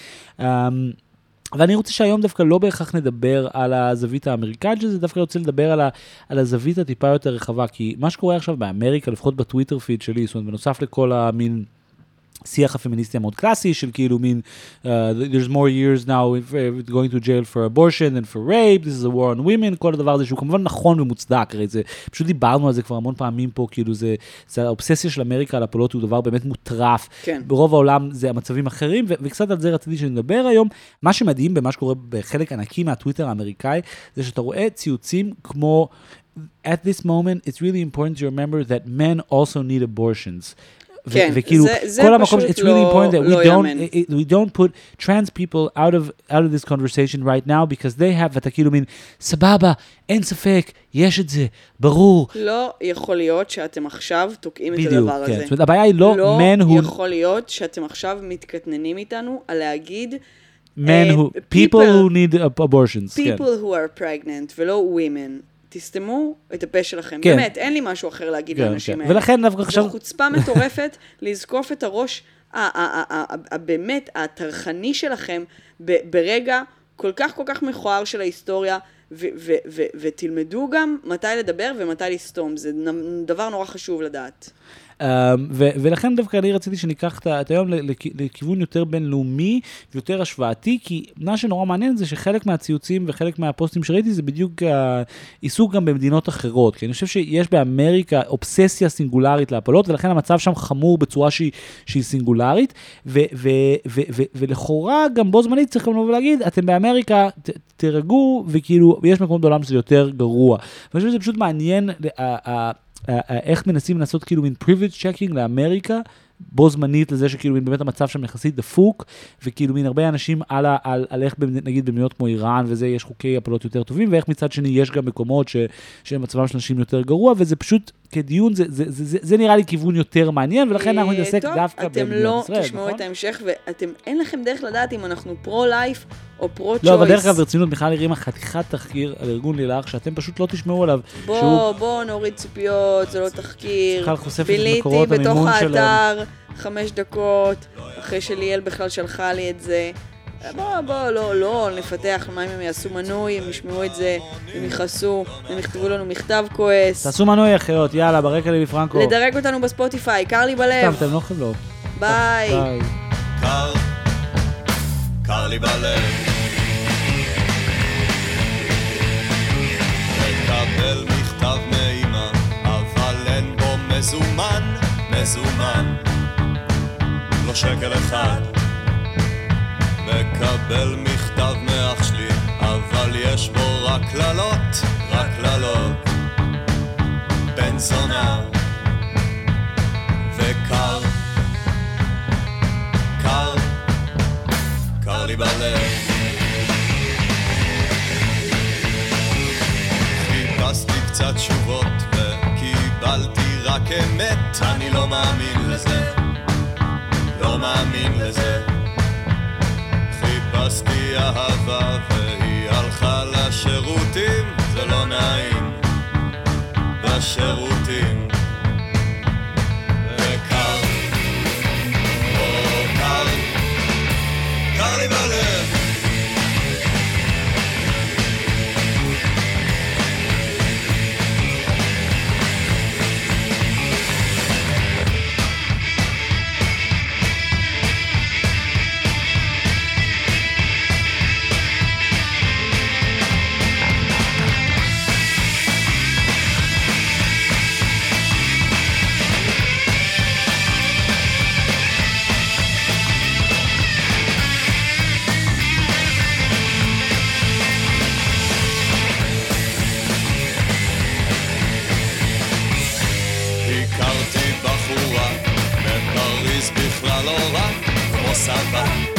ואני רוצה שהיום דווקא לא בהכרח נדבר על הזווית האמריקאית של זה, דווקא רוצה לדבר על הזווית הטיפה יותר רחבה, כי מה שקורה עכשיו באמריקה, לפחות בטוויטר פיד שלי, זאת אומרת, בנוסף לכל המין שיח הפמיניסטי המאוד קלאסי, של כאילו מין, there's more years now going to jail for abortion and for rape, this is a war on women, כל הדבר הזה שהוא כמובן נכון ומוצדק, הרי זה, פשוט דיברנו על זה כבר המון פעמים פה, כאילו זה האובססיה של אמריקה על הפלות, הוא דבר באמת מוטרף, כן. ברוב העולם זה המצבים אחרים, וקצת על זה רציתי שנדבר היום. מה שמדהים במה שקורה בחלק ענקי מהטוויטר האמריקאי, זה שאתה רואה ציוצים כמו, at this moment, it's really important to remember that men also need abortions. כן, וכאילו, כל המקום, it's really important that we don't put trans people out of this conversation right now, because they have, ואתה כאילו מין, סבבה, אין ספק, יש את זה, ברור. לא יכול להיות שאתם עכשיו תוקעים את הדבר הזה. בדיוק, כן. זאת אומרת, הבעיה היא לא men who... לא יכול להיות שאתם עכשיו מתקטננים איתנו על להגיד... people who need abortions. People who are pregnant, ולא women. תסתמו את הפה שלכם. כן. באמת, אין לי משהו אחר להגיד לאנשים האלה. ולכן עכשיו... זו חוצפה מטורפת לזקוף את הראש באמת הטרחני שלכם ברגע כל כך מכוער של ההיסטוריה, ותלמדו גם מתי לדבר ומתי לסתום. זה דבר נורא חשוב לדעת. ולכן דווקא אני רציתי שניקח את היום לכיוון יותר בינלאומי ויותר השוואתי, כי מה שנורא מעניין זה שחלק מהציוצים וחלק מהפוסטים שראיתי זה בדיוק עיסוק גם במדינות אחרות, כי אני חושב שיש באמריקה אובססיה סינגולרית להפלות, ולכן המצב שם חמור בצורה שהיא סינגולרית, ולכאורה גם בו זמנית צריך גם להגיד, אתם באמריקה תרגעו, וכאילו יש מקומות בעולם שזה יותר גרוע. ואני חושב שזה פשוט מעניין איך מנסים לעשות כאילו מין privilege checking לאמריקה, בו זמנית לזה שכאילו באמת המצב שם יחסית דפוק, וכאילו מין הרבה אנשים על איך נגיד במדינות כמו איראן וזה יש חוקי הפלות יותר טובים, ואיך מצד שני יש גם מקומות שמצבם של אנשים יותר גרוע, וזה פשוט כדיון, זה נראה לי כיוון יותר מעניין, ולכן אנחנו נתעסק דווקא במדינת ישראל. אתם לא תשמעו את ההמשך, ואין לכם דרך לדעת אם אנחנו פרו-לייף או פרו-צ'ויס. לא, אבל דרך כלל ברצינות בכלל הרימה חתיכת תחקיר על ארגון לילך, שאתם פשוט לא תשמעו עליו. בוא נוריד ציפיות, זה לא תחקיר. ביליתי בתוך האתר 5 דקות, אחרי שליאל בכלל שלחה לי את זה. לא, נפתח מה אם הם יעשו מנוי, הם ישמעו את זה, הם יכעסו, הם יכתבו לנו מכתב כועס. תעשו מנוי אחרות, יאללה, ברקע לי בפרנקו. לדרג אותנו בספוטיפיי, קר לי בלב. אתם לא חבלות. ביי. קר לי בלב. מקבל מכתב מאמא, אבל אין בו מזומן, לא שקל אחד. מקבל מכתב מאח שלי, אבל יש בו רק קללות, בן זונה וקר, קר לי בלב. חיפשתי קצת תשובות וקיבלתי רק אמת, אני לא מאמין לזה. חיפשתי אהבה והיא הלכה לשירותים, זה לא נעים בשירותים. וקר, קר לי בלב. לא רק כמו סבא